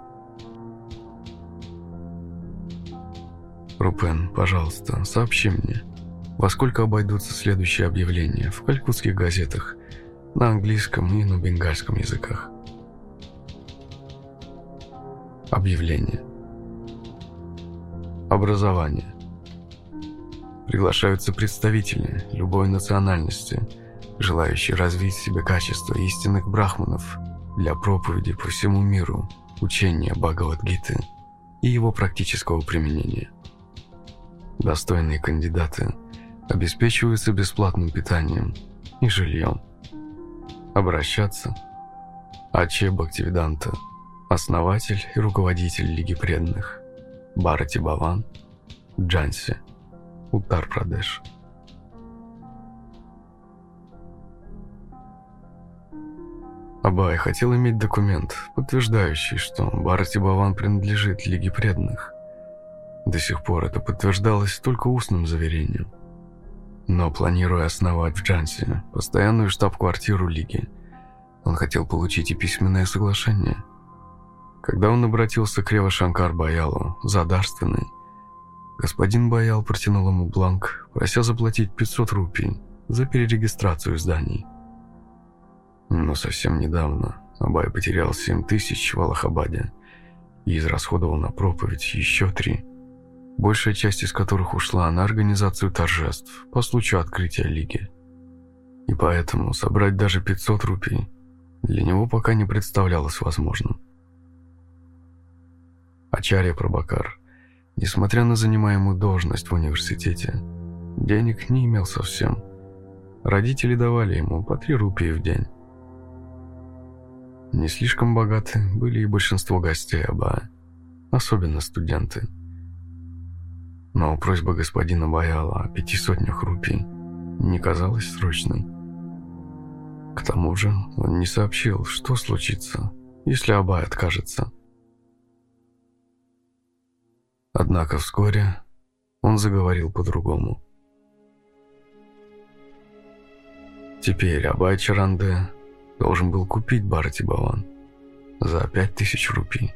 Рупен, пожалуйста, сообщи мне, во сколько обойдутся следующие объявления в калькутских газетах на английском и на бенгальском языках. Объявление. Образование. Приглашаются представители любой национальности, желающие развить в себе качества истинных брахманов для проповеди по всему миру учения Бхагавад-гиты и его практического применения. Достойные кандидаты обеспечиваются бесплатным питанием и жильем. Обращаться. Аче Бхактивиданта, основатель и руководитель Лиги преданных, Бхарати Бхаван, Джанси, Уттар-Прадеш. Абай хотел иметь документ, подтверждающий, что Бхарати Бхаван принадлежит Лиге преданных. До сих пор это подтверждалось только устным заверением. Но, планируя основать в Джанси постоянную штаб-квартиру Лиги, он хотел получить и письменное соглашение. Когда он обратился к Рева Шанкар Баялу за дарственной, господин Баял протянул ему бланк, прося заплатить пятьсот рупий за перерегистрацию зданий. Но совсем недавно Абай потерял семь тысяч в Аллахабаде и израсходовал на проповедь еще три, большая часть из которых ушла на организацию торжеств по случаю открытия Лиги. И поэтому собрать даже пятьсот рупий для него пока не представлялось возможным. Ачарья Прабхакар, несмотря на занимаемую должность в университете, денег не имел совсем. Родители давали ему по три рупии в день. Не слишком богаты были и большинство гостей Абая, особенно студенты. Но просьба господина Баяла о пяти сотнях рупий не казалась срочной. К тому же он не сообщил, что случится, если Абай откажется. Однако вскоре он заговорил по-другому. Теперь Абай Чаранде должен был купить Бхарати Бхаван за пять тысяч рупий.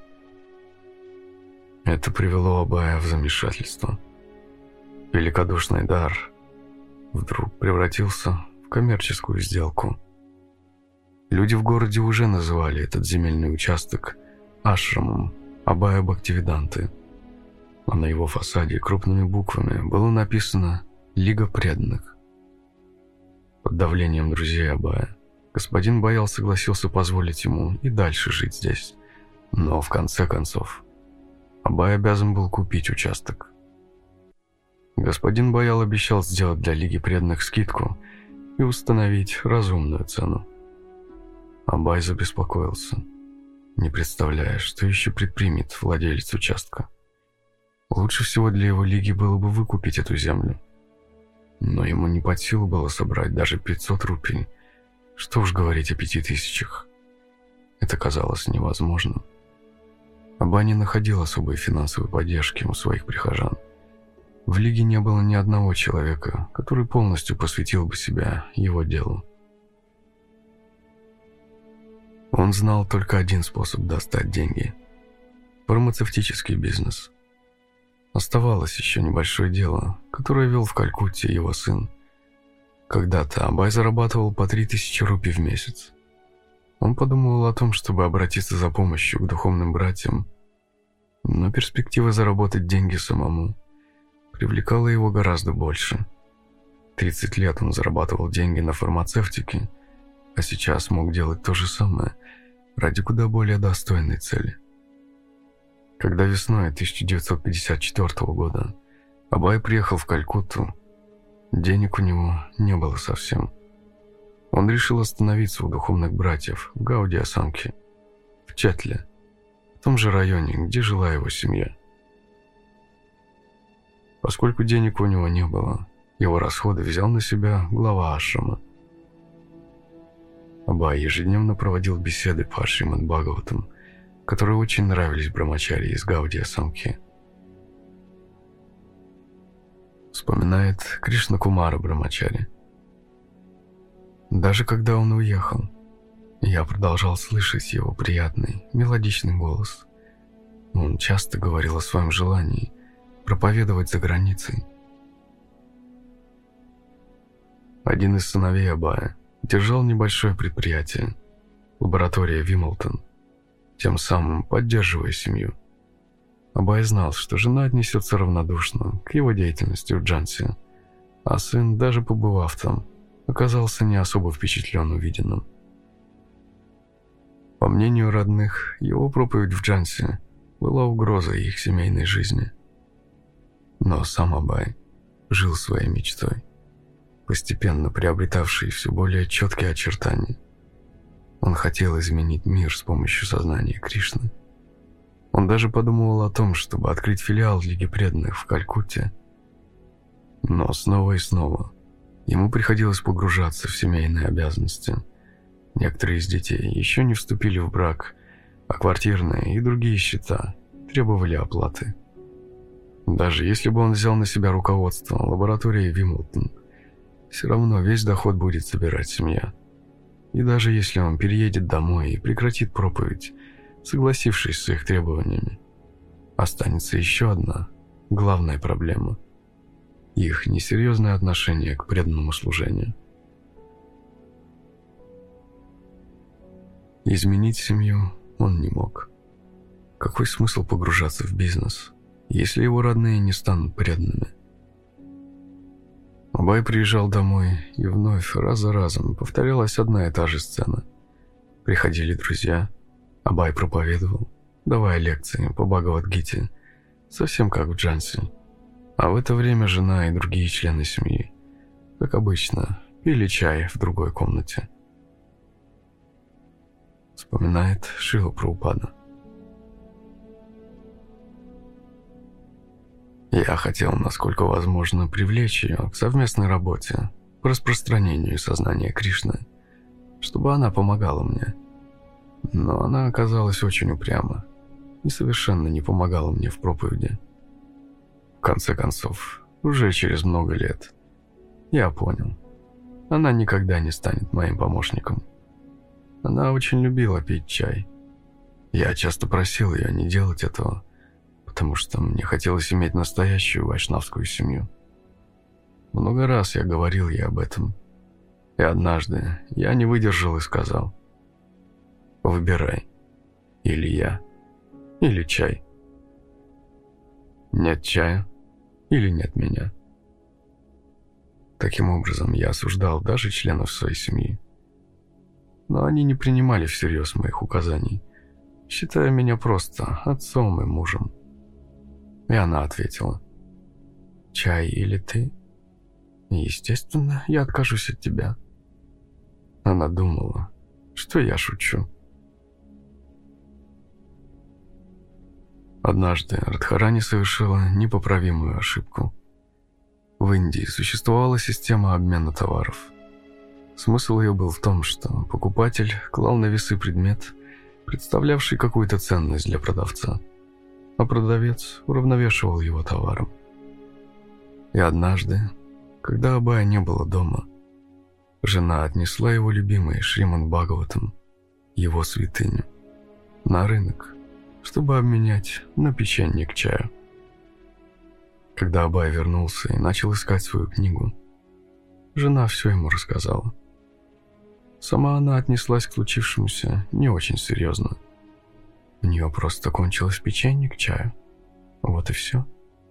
Это привело Абая в замешательство. Великодушный дар вдруг превратился в коммерческую сделку. Люди в городе уже называли этот земельный участок ашрамом Абая Бхактивиданты, а на его фасаде крупными буквами было написано «Лига преданных». Под давлением друзей Абая господин Баял согласился позволить ему и дальше жить здесь, но в конце концов Абай обязан был купить участок. Господин Баял обещал сделать для Лиги преданных скидку и установить разумную цену. Абай забеспокоился, не представляя, что еще предпримет владелец участка. Лучше всего для его Лиги было бы выкупить эту землю, но ему не под силу было собрать даже пятьсот рупий, что уж говорить о пяти тысячах. Это казалось невозможным. Абай не находил особой финансовой поддержки у своих прихожан. В Лиге не было ни одного человека, который полностью посвятил бы себя его делу. Он знал только один способ достать деньги – фармацевтический бизнес. Оставалось еще небольшое дело, которое вел в Калькутте его сын. Когда-то Абай зарабатывал по три тысячи рупий в месяц. Он подумывал о том, чтобы обратиться за помощью к духовным братьям, но перспектива заработать деньги самому привлекала его гораздо больше. тридцать лет он зарабатывал деньги на фармацевтике, а сейчас мог делать то же самое ради куда более достойной цели. Когда весной тысяча девятьсот пятьдесят четвёртого года Абай приехал в Калькутту, денег у него не было совсем. Он решил остановиться у духовных братьев в Гаудия-Самхе, в Четле, в том же районе, где жила его семья. Поскольку денег у него не было, его расходы взял на себя глава ашрама. Абай ежедневно проводил беседы по Шримад Бхагаватам, которые очень нравились брамачари из Гаудия-Самхи. Вспоминает Кришна Кумара Брамачари. Даже когда он уехал, я продолжал слышать его приятный, мелодичный голос. Он часто говорил о своем желании проповедовать за границей. Один из сыновей Абая, держал небольшое предприятие, лаборатория Вимлтон, тем самым поддерживая семью. Абай знал, что жена отнесется равнодушно к его деятельности в Джанси, а сын, даже побывав там, оказался не особо впечатлен увиденным. По мнению родных, его проповедь в Джанси была угрозой их семейной жизни. Но сам Абай жил своей мечтой, постепенно приобретавшей все более четкие очертания. Он хотел изменить мир с помощью сознания Кришны. Он даже подумывал о том, чтобы открыть филиал Лиги преданных в Калькутте. Но снова и снова ему приходилось погружаться в семейные обязанности. Некоторые из детей еще не вступили в брак, а квартирные и другие счета требовали оплаты. Даже если бы он взял на себя руководство лабораторией Вимлтон, все равно весь доход будет собирать семья. И даже если он переедет домой и прекратит проповедь, согласившись с их требованиями, останется еще одна главная проблема – их несерьезное отношение к преданному служению. Изменить семью он не мог. Какой смысл погружаться в бизнес, если его родные не станут преданными? Абай приезжал домой, и вновь раз за разом повторялась одна и та же сцена. Приходили друзья, Абай проповедовал, давая лекции по Бхагавад-гите, совсем как в Джанси. А в это время жена и другие члены семьи, как обычно, пили чай в другой комнате. Вспоминает Шрила Прабхупада. Я хотел, насколько возможно, привлечь ее к совместной работе по распространению сознания Кришны, чтобы она помогала мне. Но она оказалась очень упряма и совершенно не помогала мне в проповеди. В конце концов, уже через много лет, я понял, она никогда не станет моим помощником. Она очень любила пить чай. Я часто просил ее не делать этого, потому что мне хотелось иметь настоящую вайшнавскую семью. Много раз я говорил ей об этом. И однажды я не выдержал и сказал: «Выбирай, или я, или чай. Нет чая, или нет меня». Таким образом, я осуждал даже членов своей семьи. Но они не принимали всерьез моих указаний, считая меня просто отцом и мужем. И она ответила: «Чай или ты? Естественно, я откажусь от тебя». Она думала, что я шучу. Однажды Радхарани совершила непоправимую ошибку. В Индии существовала система обмена товаров. Смысл ее был в том, что покупатель клал на весы предмет, представлявший какую-то ценность для продавца, а продавец уравновешивал его товаром. И однажды, когда Абая не было дома, жена отнесла его любимый Шримад Бхагаватам, его святыню, на рынок, чтобы обменять на печенье к чаю. Когда Абай вернулся и начал искать свою книгу, жена все ему рассказала. Сама она отнеслась к случившемуся не очень серьезно. У нее просто кончилось печенье к чаю. Вот и все.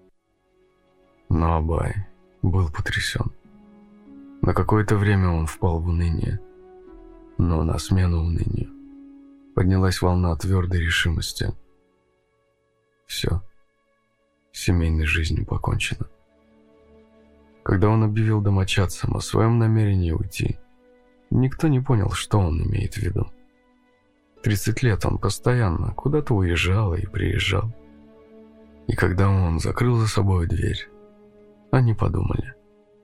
Но Абай был потрясен. На какое-то время он впал в уныние. Но на смену унынию поднялась волна твердой решимости. Все. С семейной жизнью покончено. Когда он объявил домочадцам о своем намерении уйти, никто не понял, что он имеет в виду. тридцать лет он постоянно куда-то уезжал и приезжал. И когда он закрыл за собой дверь, они подумали: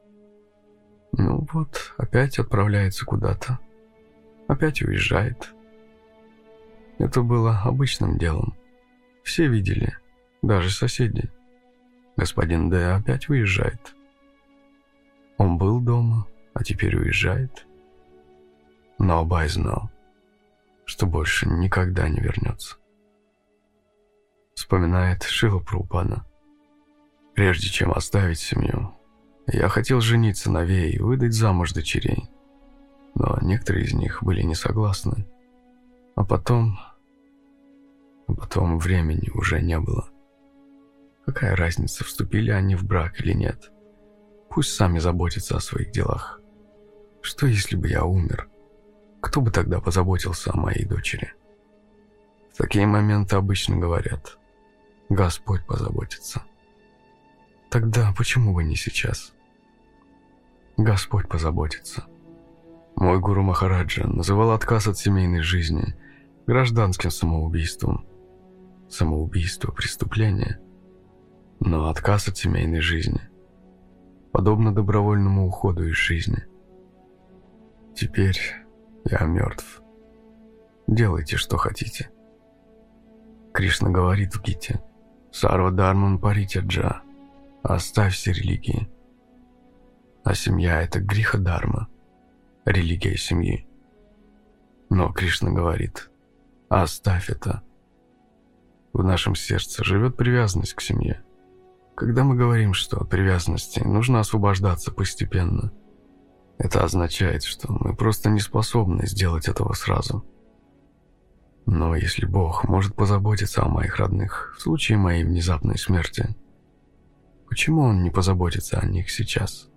ну вот, опять отправляется куда-то, опять уезжает. Это было обычным делом. Все видели, даже соседи. Господин Д опять уезжает. Он был дома, а теперь уезжает. Но Абай знал, что больше никогда не вернется. Вспоминает Шрила Прабхупада. Прежде чем оставить семью, я хотел жениться на Вее и выдать замуж дочерей. но некоторые из них были не согласны. А потом... А потом времени уже не было. Какая разница, вступили они в брак или нет? Пусть сами заботятся о своих делах. Что, если бы я умер? Кто бы тогда позаботился о моей дочери? В такие моменты обычно говорят: Господь позаботится. Тогда почему бы не сейчас? Господь позаботится. Мой гуру Махараджа называл отказ от семейной жизни гражданским самоубийством. Самоубийство – преступление, но отказ от семейной жизни подобно добровольному уходу из жизни. Теперь я мертв. Делайте, что хотите. Кришна говорит в Гите: «Сарва дарман паритяджа» – «Оставь все религии». А семья – это гриха-дарма, религия семьи. Но Кришна говорит: «Оставь это». В нашем сердце живет привязанность к семье. Когда мы говорим, что от привязанности нужно освобождаться постепенно, это означает, что мы просто не способны сделать этого сразу. Но если Бог может позаботиться о моих родных в случае моей внезапной смерти, почему Он не позаботится о них сейчас?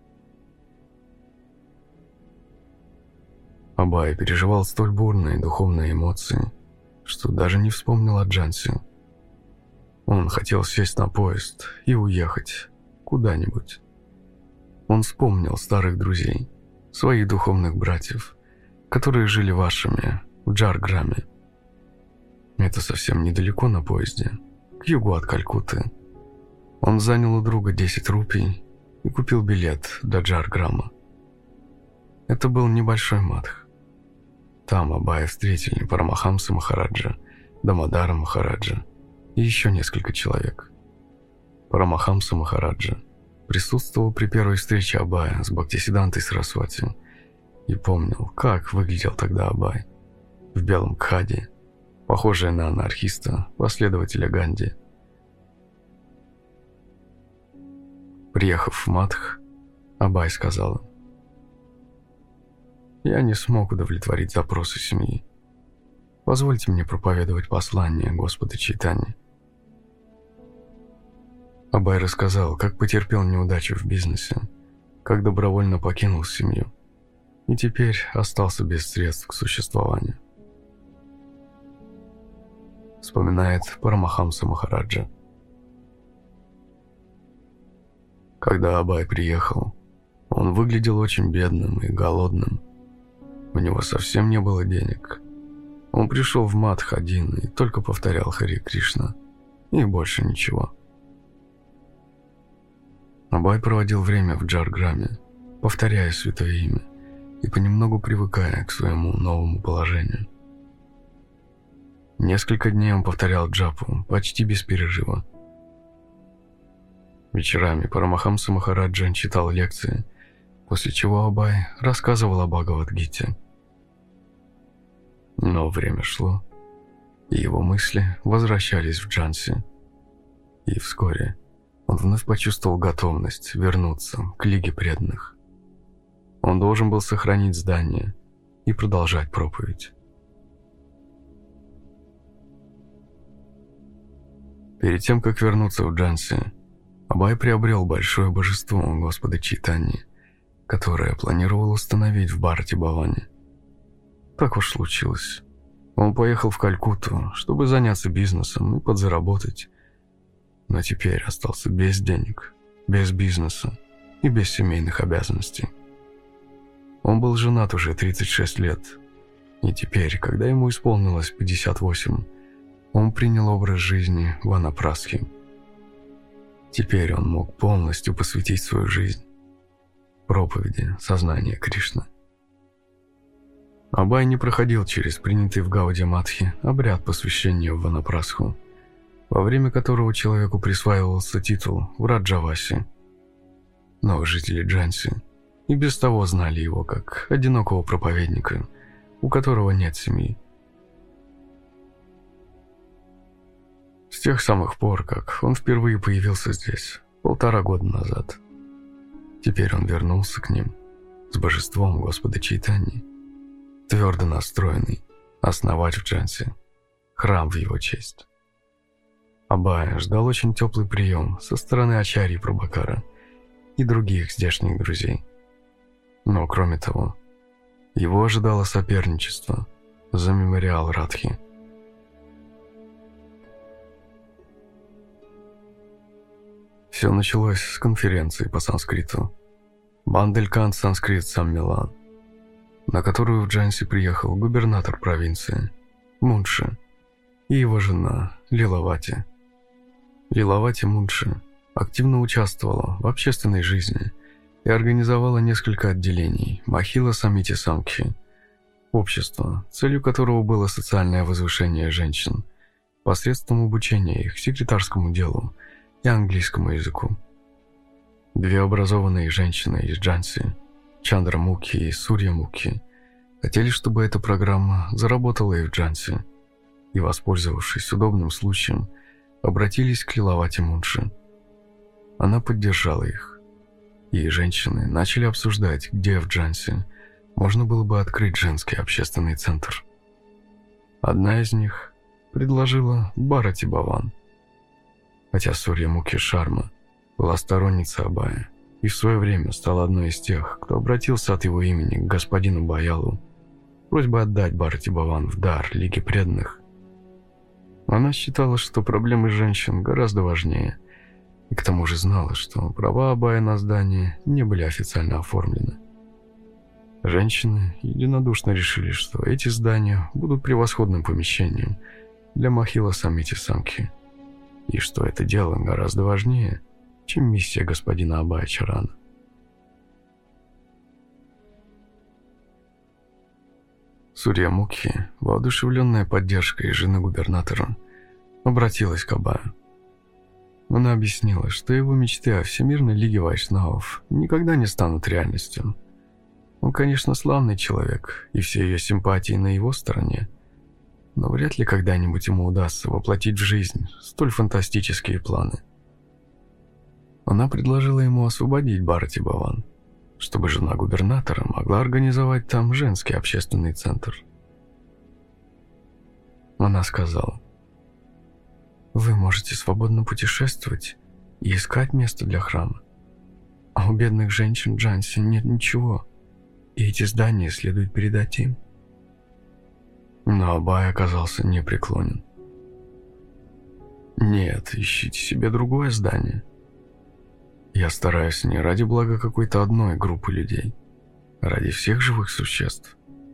Абай переживал столь бурные духовные эмоции, что даже не вспомнил о Джанси. Он хотел сесть на поезд и уехать куда-нибудь. Он вспомнил старых друзей, своих духовных братьев, которые жили в Ашраме, в Джарграме. Это совсем недалеко на поезде, к югу от Калькутты. Он занял у друга десять рупий и купил билет до Джарграма. Это был небольшой мадх. Там Абая встретили Парамахамса Махараджа, Дамодара Махараджа и еще несколько человек. Парамахамса Махараджа присутствовал при первой встрече Абая с Бхактисидантой Сарасвати и помнил, как выглядел тогда Абай в белом кхади, похожий на анархиста, последователя Ганди. Приехав в Мадх, Абай сказал: «Я не смог удовлетворить запросы семьи. Позвольте мне проповедовать послание Господа Чайтаньи». Абай рассказал, как потерпел неудачу в бизнесе, как добровольно покинул семью и теперь остался без средств к существованию. Вспоминает Парамахамса Махараджа. Когда Абай приехал, он выглядел очень бедным и голодным. У него совсем не было денег. Он пришел в Мадх один и только повторял Харе Кришна, и больше ничего. Абай проводил время в Джарграме, повторяя святое имя и понемногу привыкая к своему новому положению. Несколько дней он повторял джапу почти без перерыва. Вечерами Парамахамса Махараджа читал лекции, после чего Абай рассказывал о Бхагавад-гите. Но время шло, и его мысли возвращались в Джанси. И вскоре он вновь почувствовал готовность вернуться к Лиге преданных. Он должен был сохранить здание и продолжать проповедь. Перед тем, как вернуться в Джанси, Абай приобрел большое божество Господа Чайтаньи, которое планировал установить в Бхарати-Бхаване. Так уж случилось. Он поехал в Калькутту, чтобы заняться бизнесом и подзаработать, но теперь остался без денег, без бизнеса и без семейных обязанностей. Он был женат уже тридцать шесть лет, и теперь, когда ему исполнилось пятьдесят восемь, он принял образ жизни ванапрастхи. Теперь он мог полностью посвятить свою жизнь проповеди сознания Кришны. Абай не проходил через принятый в Гаудия-Матхе обряд посвящения в ванапрастху, во время которого человеку присваивался титул Враджаваси. Но жители Джанси и без того знали его как одинокого проповедника, у которого нет семьи. С тех самых пор, как он впервые появился здесь, полтора года назад. Теперь он вернулся к ним с божеством Господа Чайтаньи, твердо настроенный основать в Джанси храм в его честь. Абая ждал очень теплый прием со стороны Ачарьи Прабхакара и других здешних друзей. Но кроме того, его ожидало соперничество за мемориал Радхи. Все началось с конференции по санскриту Банделькант Санскрит Саммелан, на которую в Джанси приехал губернатор провинции Мунши и его жена Лилавати. Лилавати Мунши активно участвовала в общественной жизни и организовала несколько отделений Махила Самити Сангхи, общества, целью которого было социальное возвышение женщин посредством обучения их секретарскому делу и английскому языку. Две образованные женщины из Джанси, Чандрамукхи и Сурьямукхи, хотели, чтобы эта программа заработала и в Джанси, и, воспользовавшись удобным случаем, обратились к Лилавати Мунши. Она поддержала их, и женщины начали обсуждать, где в Джанси можно было бы открыть женский общественный центр. Одна из них предложила Бхарати Бхаван. Хотя Сурьямукхи Шарма была сторонницей Абая и в свое время стала одной из тех, кто обратился от его имени к господину Баялу с просьбой отдать Бхарати Бхаван в дар Лиге преданных. Она считала, что проблемы женщин гораздо важнее, и к тому же знала, что права Абая на здание не были официально оформлены. Женщины единодушно решили, что эти здания будут превосходным помещением для Махила Самити Сангхи, и что это дело гораздо важнее, чем миссия господина Абая Чарана. Сурьямукхи, воодушевленная поддержкой жены губернатора, обратилась к Абаю. Она объяснила, что его мечты о Всемирной Лиге Вайшнавов никогда не станут реальностью. Он, конечно, славный человек, и все ее симпатии на его стороне, но вряд ли когда-нибудь ему удастся воплотить в жизнь столь фантастические планы. Она предложила ему освободить Бхарати Бхаван, чтобы жена губернатора могла организовать там женский общественный центр. Она сказала: «Вы можете свободно путешествовать и искать место для храма, а у бедных женщин Джанси нет ничего, и эти здания следует передать им». Но Абай оказался непреклонен. «Нет, ищите себе другое здание. Я стараюсь не ради блага какой-то одной группы людей, а ради всех живых существ».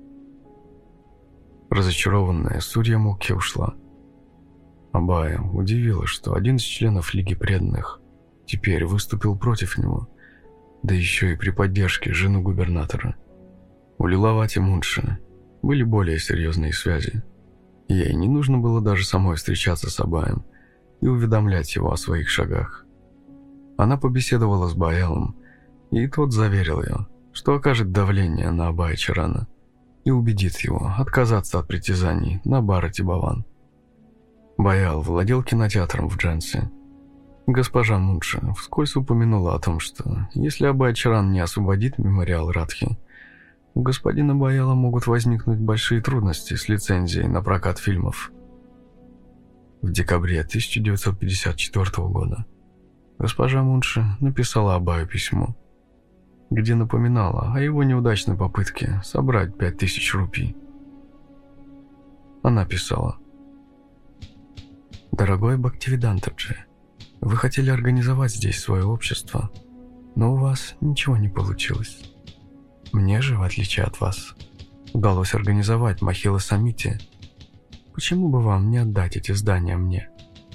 Разочарованная Сурьямукхи ушла. Абая удивило, что один из членов Лиги преданных теперь выступил против него, да еще и при поддержке жены губернатора. У Лилавати Мунши были более серьезные связи. Ей не нужно было даже самой встречаться с Абаем и уведомлять его о своих шагах. Она побеседовала с Баялом, и тот заверил ее, что окажет давление на Абая Чарана и убедит его отказаться от притязаний на Бхарати Бхаван. Баял владел кинотеатром в Джанси. Госпожа Мунши вскользь упомянула о том, что если Абай Чаран не освободит мемориал Радхи, у господина Баяла могут возникнуть большие трудности с лицензией на прокат фильмов. В декабре тысяча девятьсот пятьдесят четвёртого года госпожа Мунши написала Абаю письмо, где напоминала о его неудачной попытке собрать пять тысяч рупий. Она писала: «Дорогой Бхактивиданта-джи, вы хотели организовать здесь свое общество, но у вас ничего не получилось. Мне же, в отличие от вас, удалось организовать Махила Самити. Почему бы вам не отдать эти здания мне?»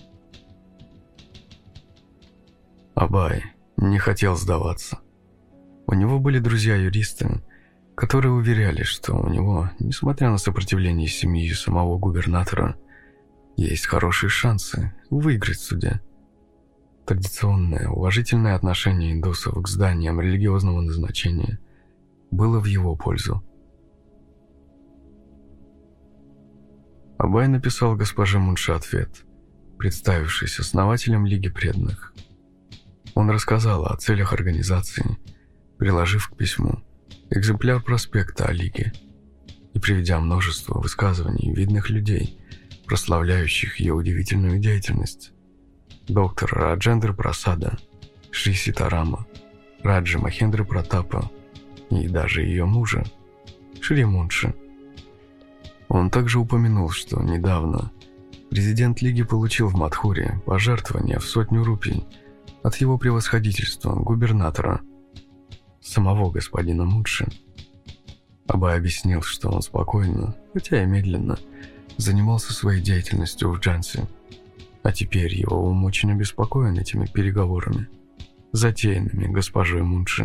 Абай не хотел сдаваться. У него были друзья-юристы, которые уверяли, что у него, несмотря на сопротивление семьи самого губернатора, есть хорошие шансы выиграть в суде. Традиционное уважительное отношение индусов к зданиям религиозного назначения было в его пользу. Абай написал госпоже Мунши ответ, представившись основателем Лиги преданных. Он рассказал о целях организации, приложив к письму экземпляр проспекта о Лиге и приведя множество высказываний видных людей, прославляющих ее удивительную деятельность. Доктор Раджендра Прасада, Шри Ситарама, Раджи Махендра Пратапа и даже ее мужа, Шри Мунши. Он также упомянул, что недавно президент Лиги получил в Мадхуре пожертвование в сотню рупий от его превосходительства губернатора, самого господина Мунши. Абай объяснил, что он спокойно, хотя и медленно, занимался своей деятельностью в Джанси, а теперь его ум очень обеспокоен этими переговорами, затеянными госпожой Мунши.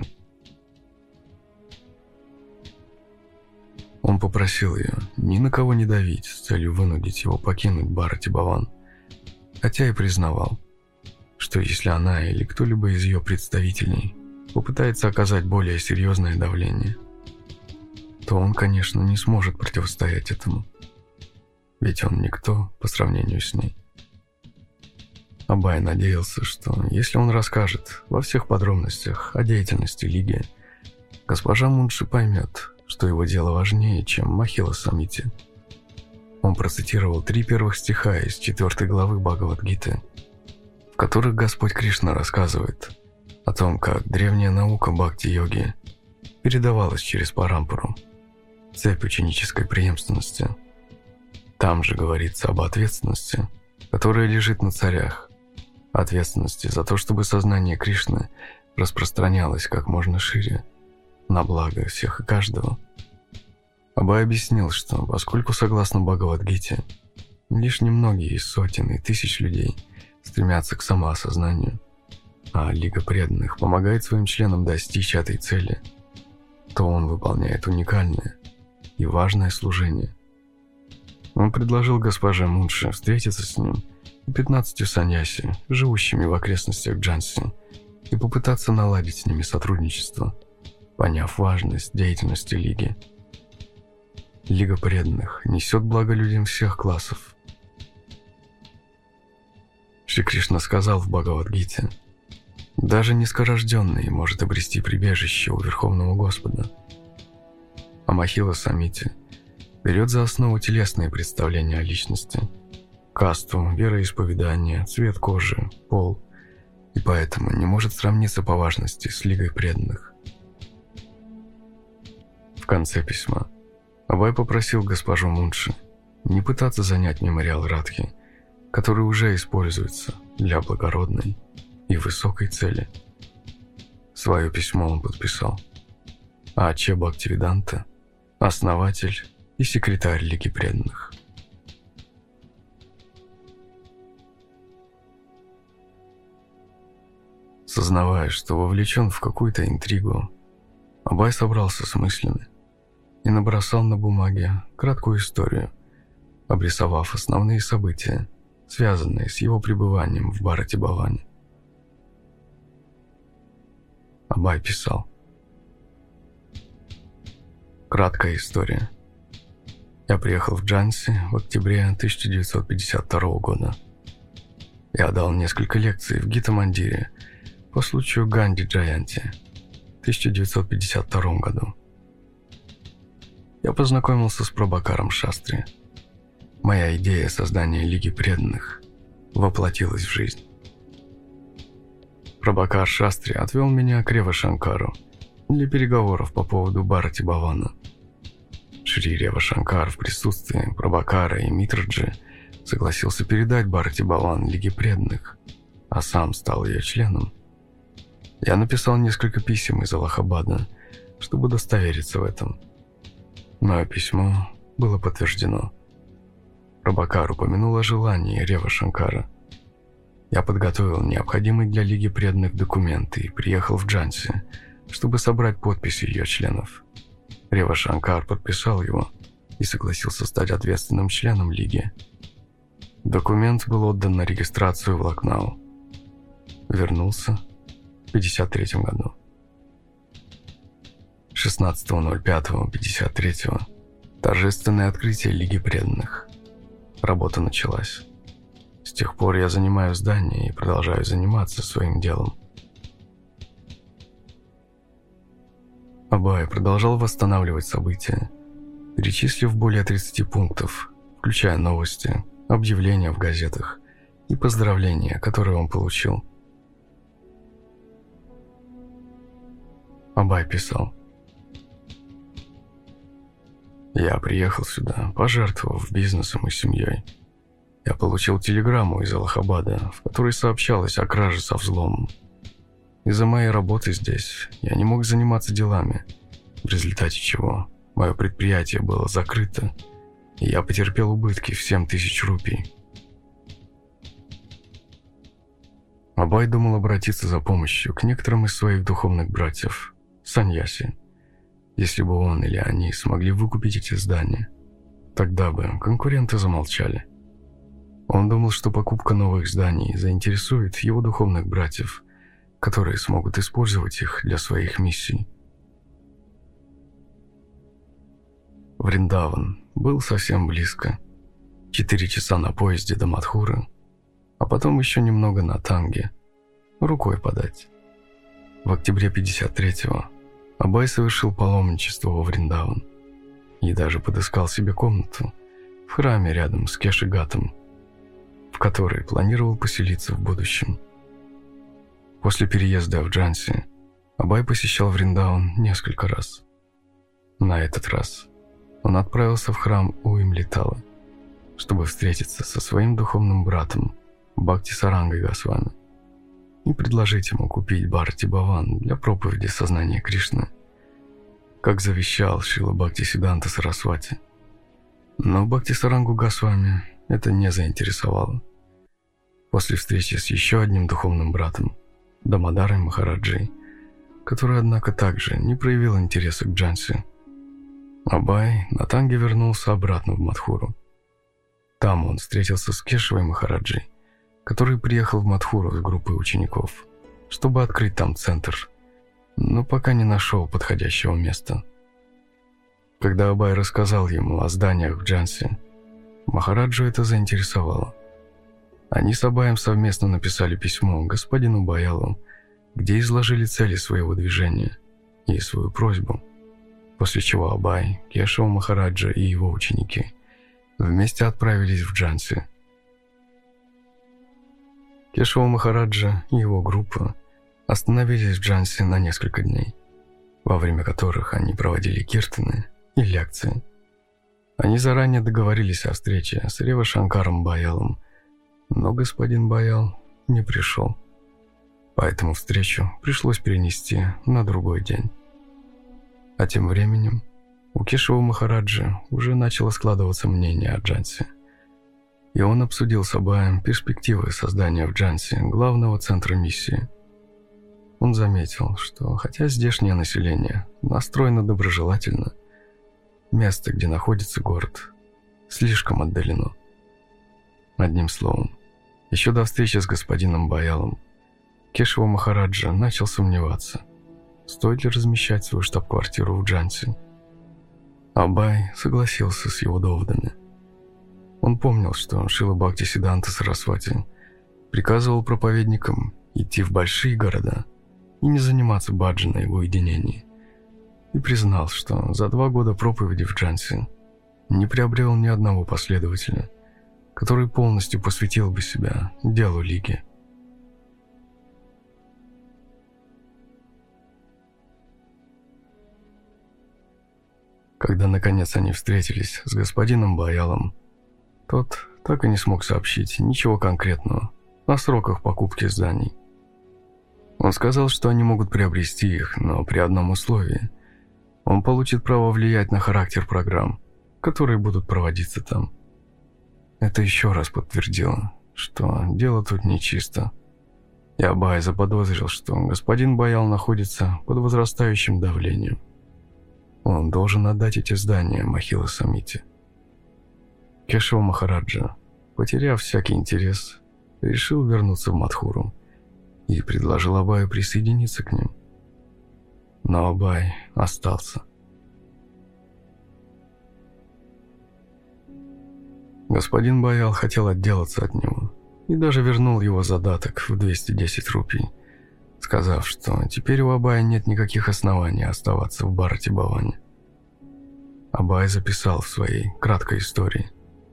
Он попросил ее ни на кого не давить с целью вынудить его покинуть Бхарати Бхаван, хотя и признавал, что если она или кто-либо из ее представителей попытается оказать более серьезное давление, то он, конечно, не сможет противостоять этому, ведь он никто по сравнению с ней. Абай надеялся, что если он расскажет во всех подробностях о деятельности Лиги, госпожа Мунши поймет, что его дело важнее, чем Махила Самити. Он процитировал три первых стиха из четвертой главы Бхагавад-гиты, в которых Господь Кришна рассказывает о том, как древняя наука бхакти-йоги передавалась через парампару, цепь ученической преемственности. Там же говорится об ответственности, которая лежит на царях, ответственности за то, чтобы сознание Кришны распространялось как можно шире, на благо всех и каждого. Абай объяснил, что поскольку, согласно Бхагавад-гите, лишь немногие из сотен и тысяч людей стремятся к самоосознанию, а Лига преданных помогает своим членам достичь этой цели, то он выполняет уникальное и важное служение. Он предложил госпоже Мунши встретиться с ним и пятнадцатью саньяси, живущими в окрестностях Джанси, и попытаться наладить с ними сотрудничество, поняв важность деятельности Лиги. Лига преданных несет благо людям всех классов. Шри Кришна сказал в Бхагавад-гите: «Даже низкорожденный может обрести прибежище у Верховного Господа». А Махила Самити берет за основу телесные представления о личности, касту, вероисповедание, цвет кожи, пол, и поэтому не может сравниться по важности с Лигой преданных. В конце письма Абай попросил госпожу Мунши не пытаться занять мемориал Радхи, который уже используется для благородной и высокой цели. Свое письмо он подписал: А.Ч. Бхактивиданта, основатель и секретарь Лиги преданных. Сознавая, что вовлечен в какую-то интригу, Абай собрался с мыслями и набросал на бумаге краткую историю, обрисовав основные события, связанные с его пребыванием в Бхарати Бхаване. Абай писал: краткая история. Я приехал в Джанси в октябре тысяча девятьсот пятьдесят второго года. Я дал несколько лекций в Гита-мандире по случаю Ганди Джаянти в тысяча девятьсот пятьдесят втором году. Я познакомился с Прабхакаром Шастри. Моя идея создания Лиги преданных воплотилась в жизнь. Прабхакар Шастри отвел меня к Рева Шанкару для переговоров по поводу Бхарати Бхавана. Шри Рева Шанкар в присутствии Прабхакара и Митраджи согласился передать Бхарати Бхаван Лиге преданных, а сам стал ее членом. Я написал несколько писем из Аллахабада, чтобы удостовериться в этом. Мое письмо было подтверждено. Прабхакар упомянул о желании Рева Шанкара. Я подготовил необходимые для Лиги преданных документы и приехал в Джанси, чтобы собрать подписи ее членов. Рева Шанкар подписал его и согласился стать ответственным членом Лиги. Документ был отдан на регистрацию в Лакнау. Вернулся в пятьдесят третьем году. шестнадцатого ноль пятого пятьдесят третьего торжественное открытие Лиги преданных. Работа началась. С тех пор я занимаю здание и продолжаю заниматься своим делом. Абай продолжал восстанавливать события, перечислив более тридцати пунктов, включая новости, объявления в газетах и поздравления, которые он получил. Абай писал: «Я приехал сюда, пожертвовав бизнесом и семьей. Я получил телеграмму из Аллахабада, в которой сообщалось о краже со взломом. Из-за моей работы здесь я не мог заниматься делами, в результате чего мое предприятие было закрыто, и я потерпел убытки в семь тысяч рупий». Абай думал обратиться за помощью к некоторым из своих духовных братьев, саньяси, если бы он или они смогли выкупить эти здания. Тогда бы конкуренты замолчали. Он думал, что покупка новых зданий заинтересует его духовных братьев, которые смогут использовать их для своих миссий. Вриндаван был совсем близко. Четыре часа на поезде до Мадхуры, а потом еще немного на танге, рукой подать. В октябре пятьдесят третьего Абай совершил паломничество во Вриндаван и даже подыскал себе комнату в храме рядом с Кеши-Гатом, в которой планировал поселиться в будущем. После переезда в Джанси Абай посещал Вриндаван несколько раз. На этот раз он отправился в храм Уимлитала, чтобы встретиться со своим духовным братом Бхактисарангой Госвами и предложить ему купить Бхарати Бхаван для проповеди сознания Кришны, как завещал Шрила Бхактисиддханта Сарасвати. Но Бхактисарангу Госвами это не заинтересовало. После встречи с еще одним духовным братом, Дамодарой Махараджей, который, однако, также не проявил интереса к Джанси, Абай на танге вернулся обратно в Мадхуру. Там он встретился с Кешевой Махараджей, который приехал в Мадхуру с группой учеников, чтобы открыть там центр, но пока не нашел подходящего места. Когда Абай рассказал ему о зданиях в Джанси, Махараджу это заинтересовало. Они с Абаем совместно написали письмо господину Баялу, где изложили цели своего движения и свою просьбу, после чего Абай, Кешава Махараджа и его ученики вместе отправились в Джанси. Кешава Махараджа и его группа остановились в Джанси на несколько дней, во время которых они проводили киртаны и лекции. Они заранее договорились о встрече с Рева Шанкаром Баялом, но господин Баял не пришел, поэтому встречу пришлось перенести на другой день. А тем временем у Кешава Махараджи уже начало складываться мнение о Джанси, и он обсудил с Абаем перспективы создания в Джанси главного центра миссии. Он заметил, что хотя здешнее население настроено доброжелательно, место, где находится город, слишком отдалено. Одним словом, еще до встречи с господином Баялом Кешава Махараджа начал сомневаться, стоит ли размещать свою штаб-квартиру в Джанси. Абай согласился с его доводами. Он помнил, что Шрила Бхактисиддханта Сарасвати приказывал проповедникам идти в большие города и не заниматься баджаной в уединении, и признал, что за два года проповеди в Джанси не приобрел ни одного последователя, который полностью посвятил бы себя делу Лиги. Когда наконец они встретились с господином Баялом, тот так и не смог сообщить ничего конкретного о сроках покупки зданий. Он сказал, что они могут приобрести их, но при одном условии. Он получит право влиять на характер программ, которые будут проводиться там. Это еще раз подтвердило, что дело тут нечисто. И Абай заподозрил, что господин Баял находится под возрастающим давлением. Он должен отдать эти здания Махила Самити. Кешава Махараджа, потеряв всякий интерес, решил вернуться в Мадхуру и предложил Абаю присоединиться к ним. Но Абай остался. Господин Баял хотел отделаться от него и даже вернул его задаток в двести десять рупий, сказав, что теперь у Абая нет никаких оснований оставаться в Бхарати-Бхаване. Абай записал в своей краткой истории.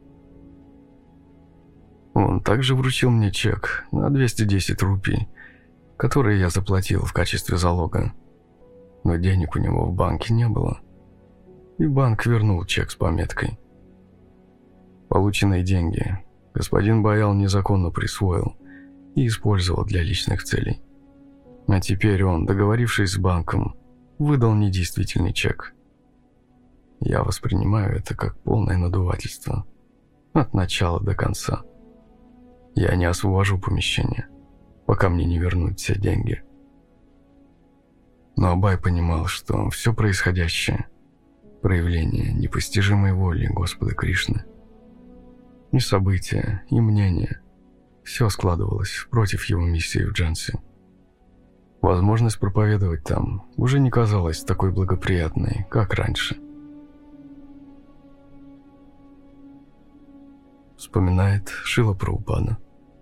Он также вручил мне чек на двести десять рупий, которые я заплатил в качестве залога. Но денег у него в банке не было, и банк вернул чек с пометкой. Полученные деньги господин Баял незаконно присвоил и использовал для личных целей. А теперь он, договорившись с банком, выдал недействительный чек. Я воспринимаю это как полное надувательство. От начала до конца. Я не освобожу помещение, пока мне не вернут все деньги. Но Абай понимал, что все происходящее – проявление непостижимой воли Господа Кришны. И события, и мнения – все складывалось против его миссии в Джанси. Возможность проповедовать там уже не казалась такой благоприятной, как раньше. Вспоминает Шрила Прабхупада.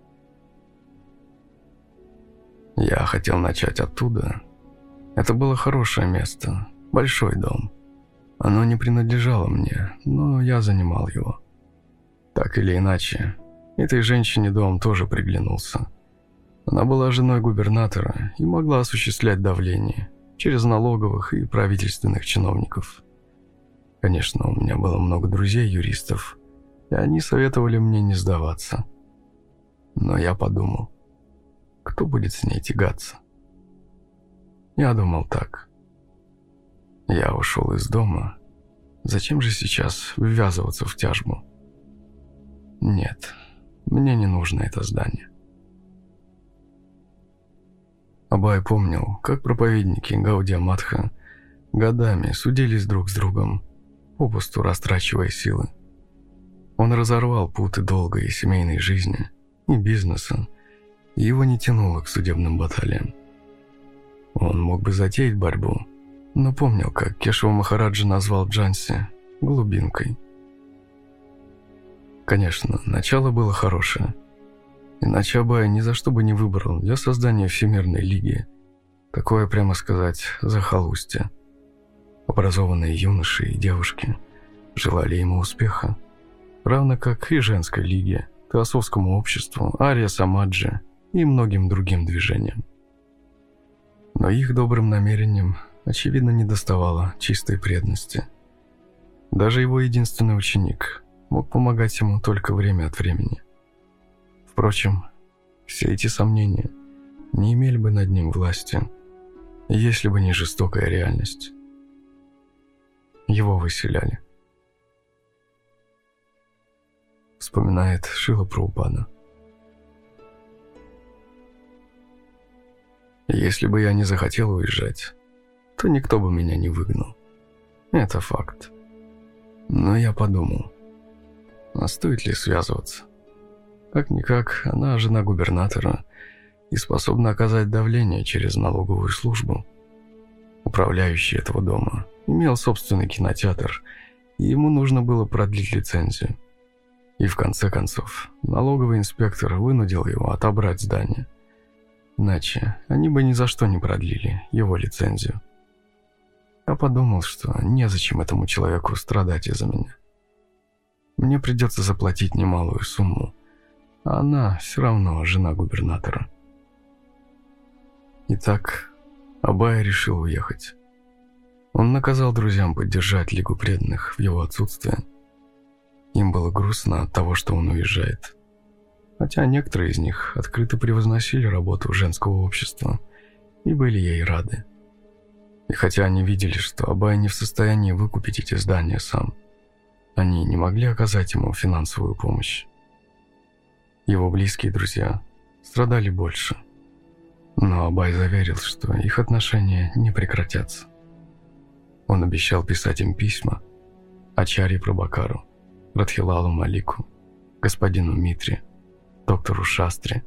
Я хотел начать оттуда. Это было хорошее место, большой дом. Оно не принадлежало мне, но я занимал его. Так или иначе, этой женщине дом тоже приглянулся. Она была женой губернатора и могла осуществлять давление через налоговых и правительственных чиновников. Конечно, у меня было много друзей-юристов, и они советовали мне не сдаваться. Но я подумал, кто будет с ней тягаться? Я думал так. Я ушел из дома. Зачем же сейчас ввязываться в тяжбу? Нет, мне не нужно это здание. Абай помнил, как проповедники Гаудия Матха годами судились друг с другом, попусту растрачивая силы. Он разорвал путы долгой семейной жизни и бизнеса, и его не тянуло к судебным баталиям. Он мог бы затеять борьбу, но помнил, как Кешава Махараджа назвал Джанси глубинкой. Конечно, начало было хорошее. Иначе Абай ни за что бы не выбрал для создания Всемирной Лиги такое, прямо сказать, захолустье. Образованные юноши и девушки желали ему успеха, равно как и женской лиге, теософскому обществу, Ария Самаджи и многим другим движениям. Но их добрым намерениям, очевидно, недоставало чистой преданности. Даже его единственный ученик мог помогать ему только время от времени. Впрочем, все эти сомнения не имели бы над ним власти, если бы не жестокая реальность. Его выселяли. Вспоминает Шрила Прабхупада. Если бы я не захотел уезжать, то никто бы меня не выгнал. Это факт. Но я подумал, а стоит ли связываться? Как-никак, она жена губернатора и способна оказать давление через налоговую службу. Управляющий этого дома имел собственный кинотеатр, и ему нужно было продлить лицензию. И в конце концов, налоговый инспектор вынудил его отобрать здание. Иначе они бы ни за что не продлили его лицензию. Я подумал, что незачем этому человеку страдать из-за меня. Мне придется заплатить немалую сумму, а она все равно жена губернатора. Итак, Абай решил уехать. Он наказал друзьям поддержать Лигу преданных в его отсутствие. Им было грустно от того, что он уезжает. Хотя некоторые из них открыто превозносили работу женского общества и были ей рады. И хотя они видели, что Абай не в состоянии выкупить эти здания сам, они не могли оказать ему финансовую помощь. Его близкие друзья страдали больше, но Абай заверил, что их отношения не прекратятся. Он обещал писать им письма Ачарье Прабхакару, Радхилалу Малику, господину Митре, доктору Шастри,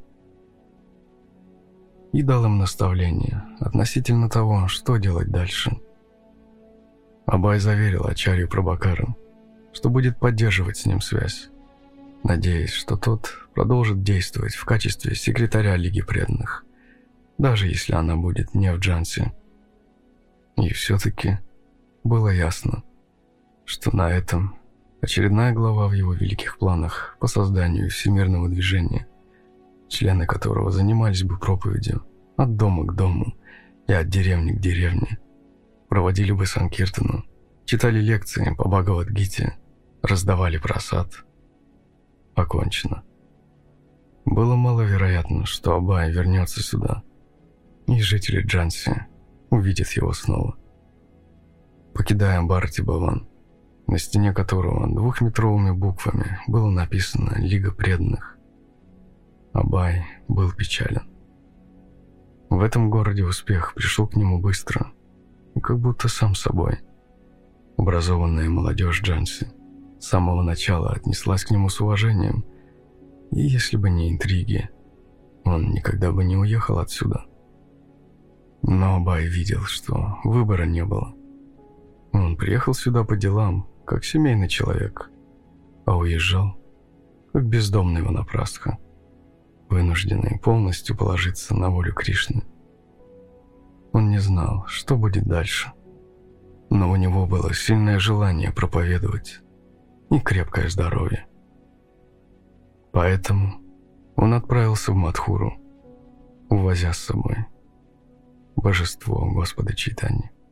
и дал им наставление относительно того, что делать дальше. Абай заверил Ачарью Прабхакару, что будет поддерживать с ним связь, надеясь, что тот продолжит действовать в качестве секретаря Лиги преданных даже если она будет не в Джанси. И все-таки было ясно, что на этом очередная глава в его великих планах по созданию всемирного движения, члены которого занимались бы проповедью от дома к дому и от деревни к деревне, проводили бы Санкиртану, читали лекции по Бхагавад-гите, раздавали прасад. Окончено. Было маловероятно, что Абай вернется сюда, и жители Джанси увидят его снова. Покидая Бхарати-бхаван, на стене которого двухметровыми буквами было написано «Лига преданных», Абай был печален. В этом городе успех пришел к нему быстро, и как будто сам собой. Образованная молодежь Джанси с самого начала отнеслась к нему с уважением, и если бы не интриги, он никогда бы не уехал отсюда. Но Абай видел, что выбора не было. Он приехал сюда по делам, как семейный человек, а уезжал, как бездомный ванапрастха, вынужденный полностью положиться на волю Кришны. Он не знал, что будет дальше, но у него было сильное желание проповедовать и крепкое здоровье. Поэтому он отправился в Мадхуру, увозя с собой божество Господа Чайтаньи.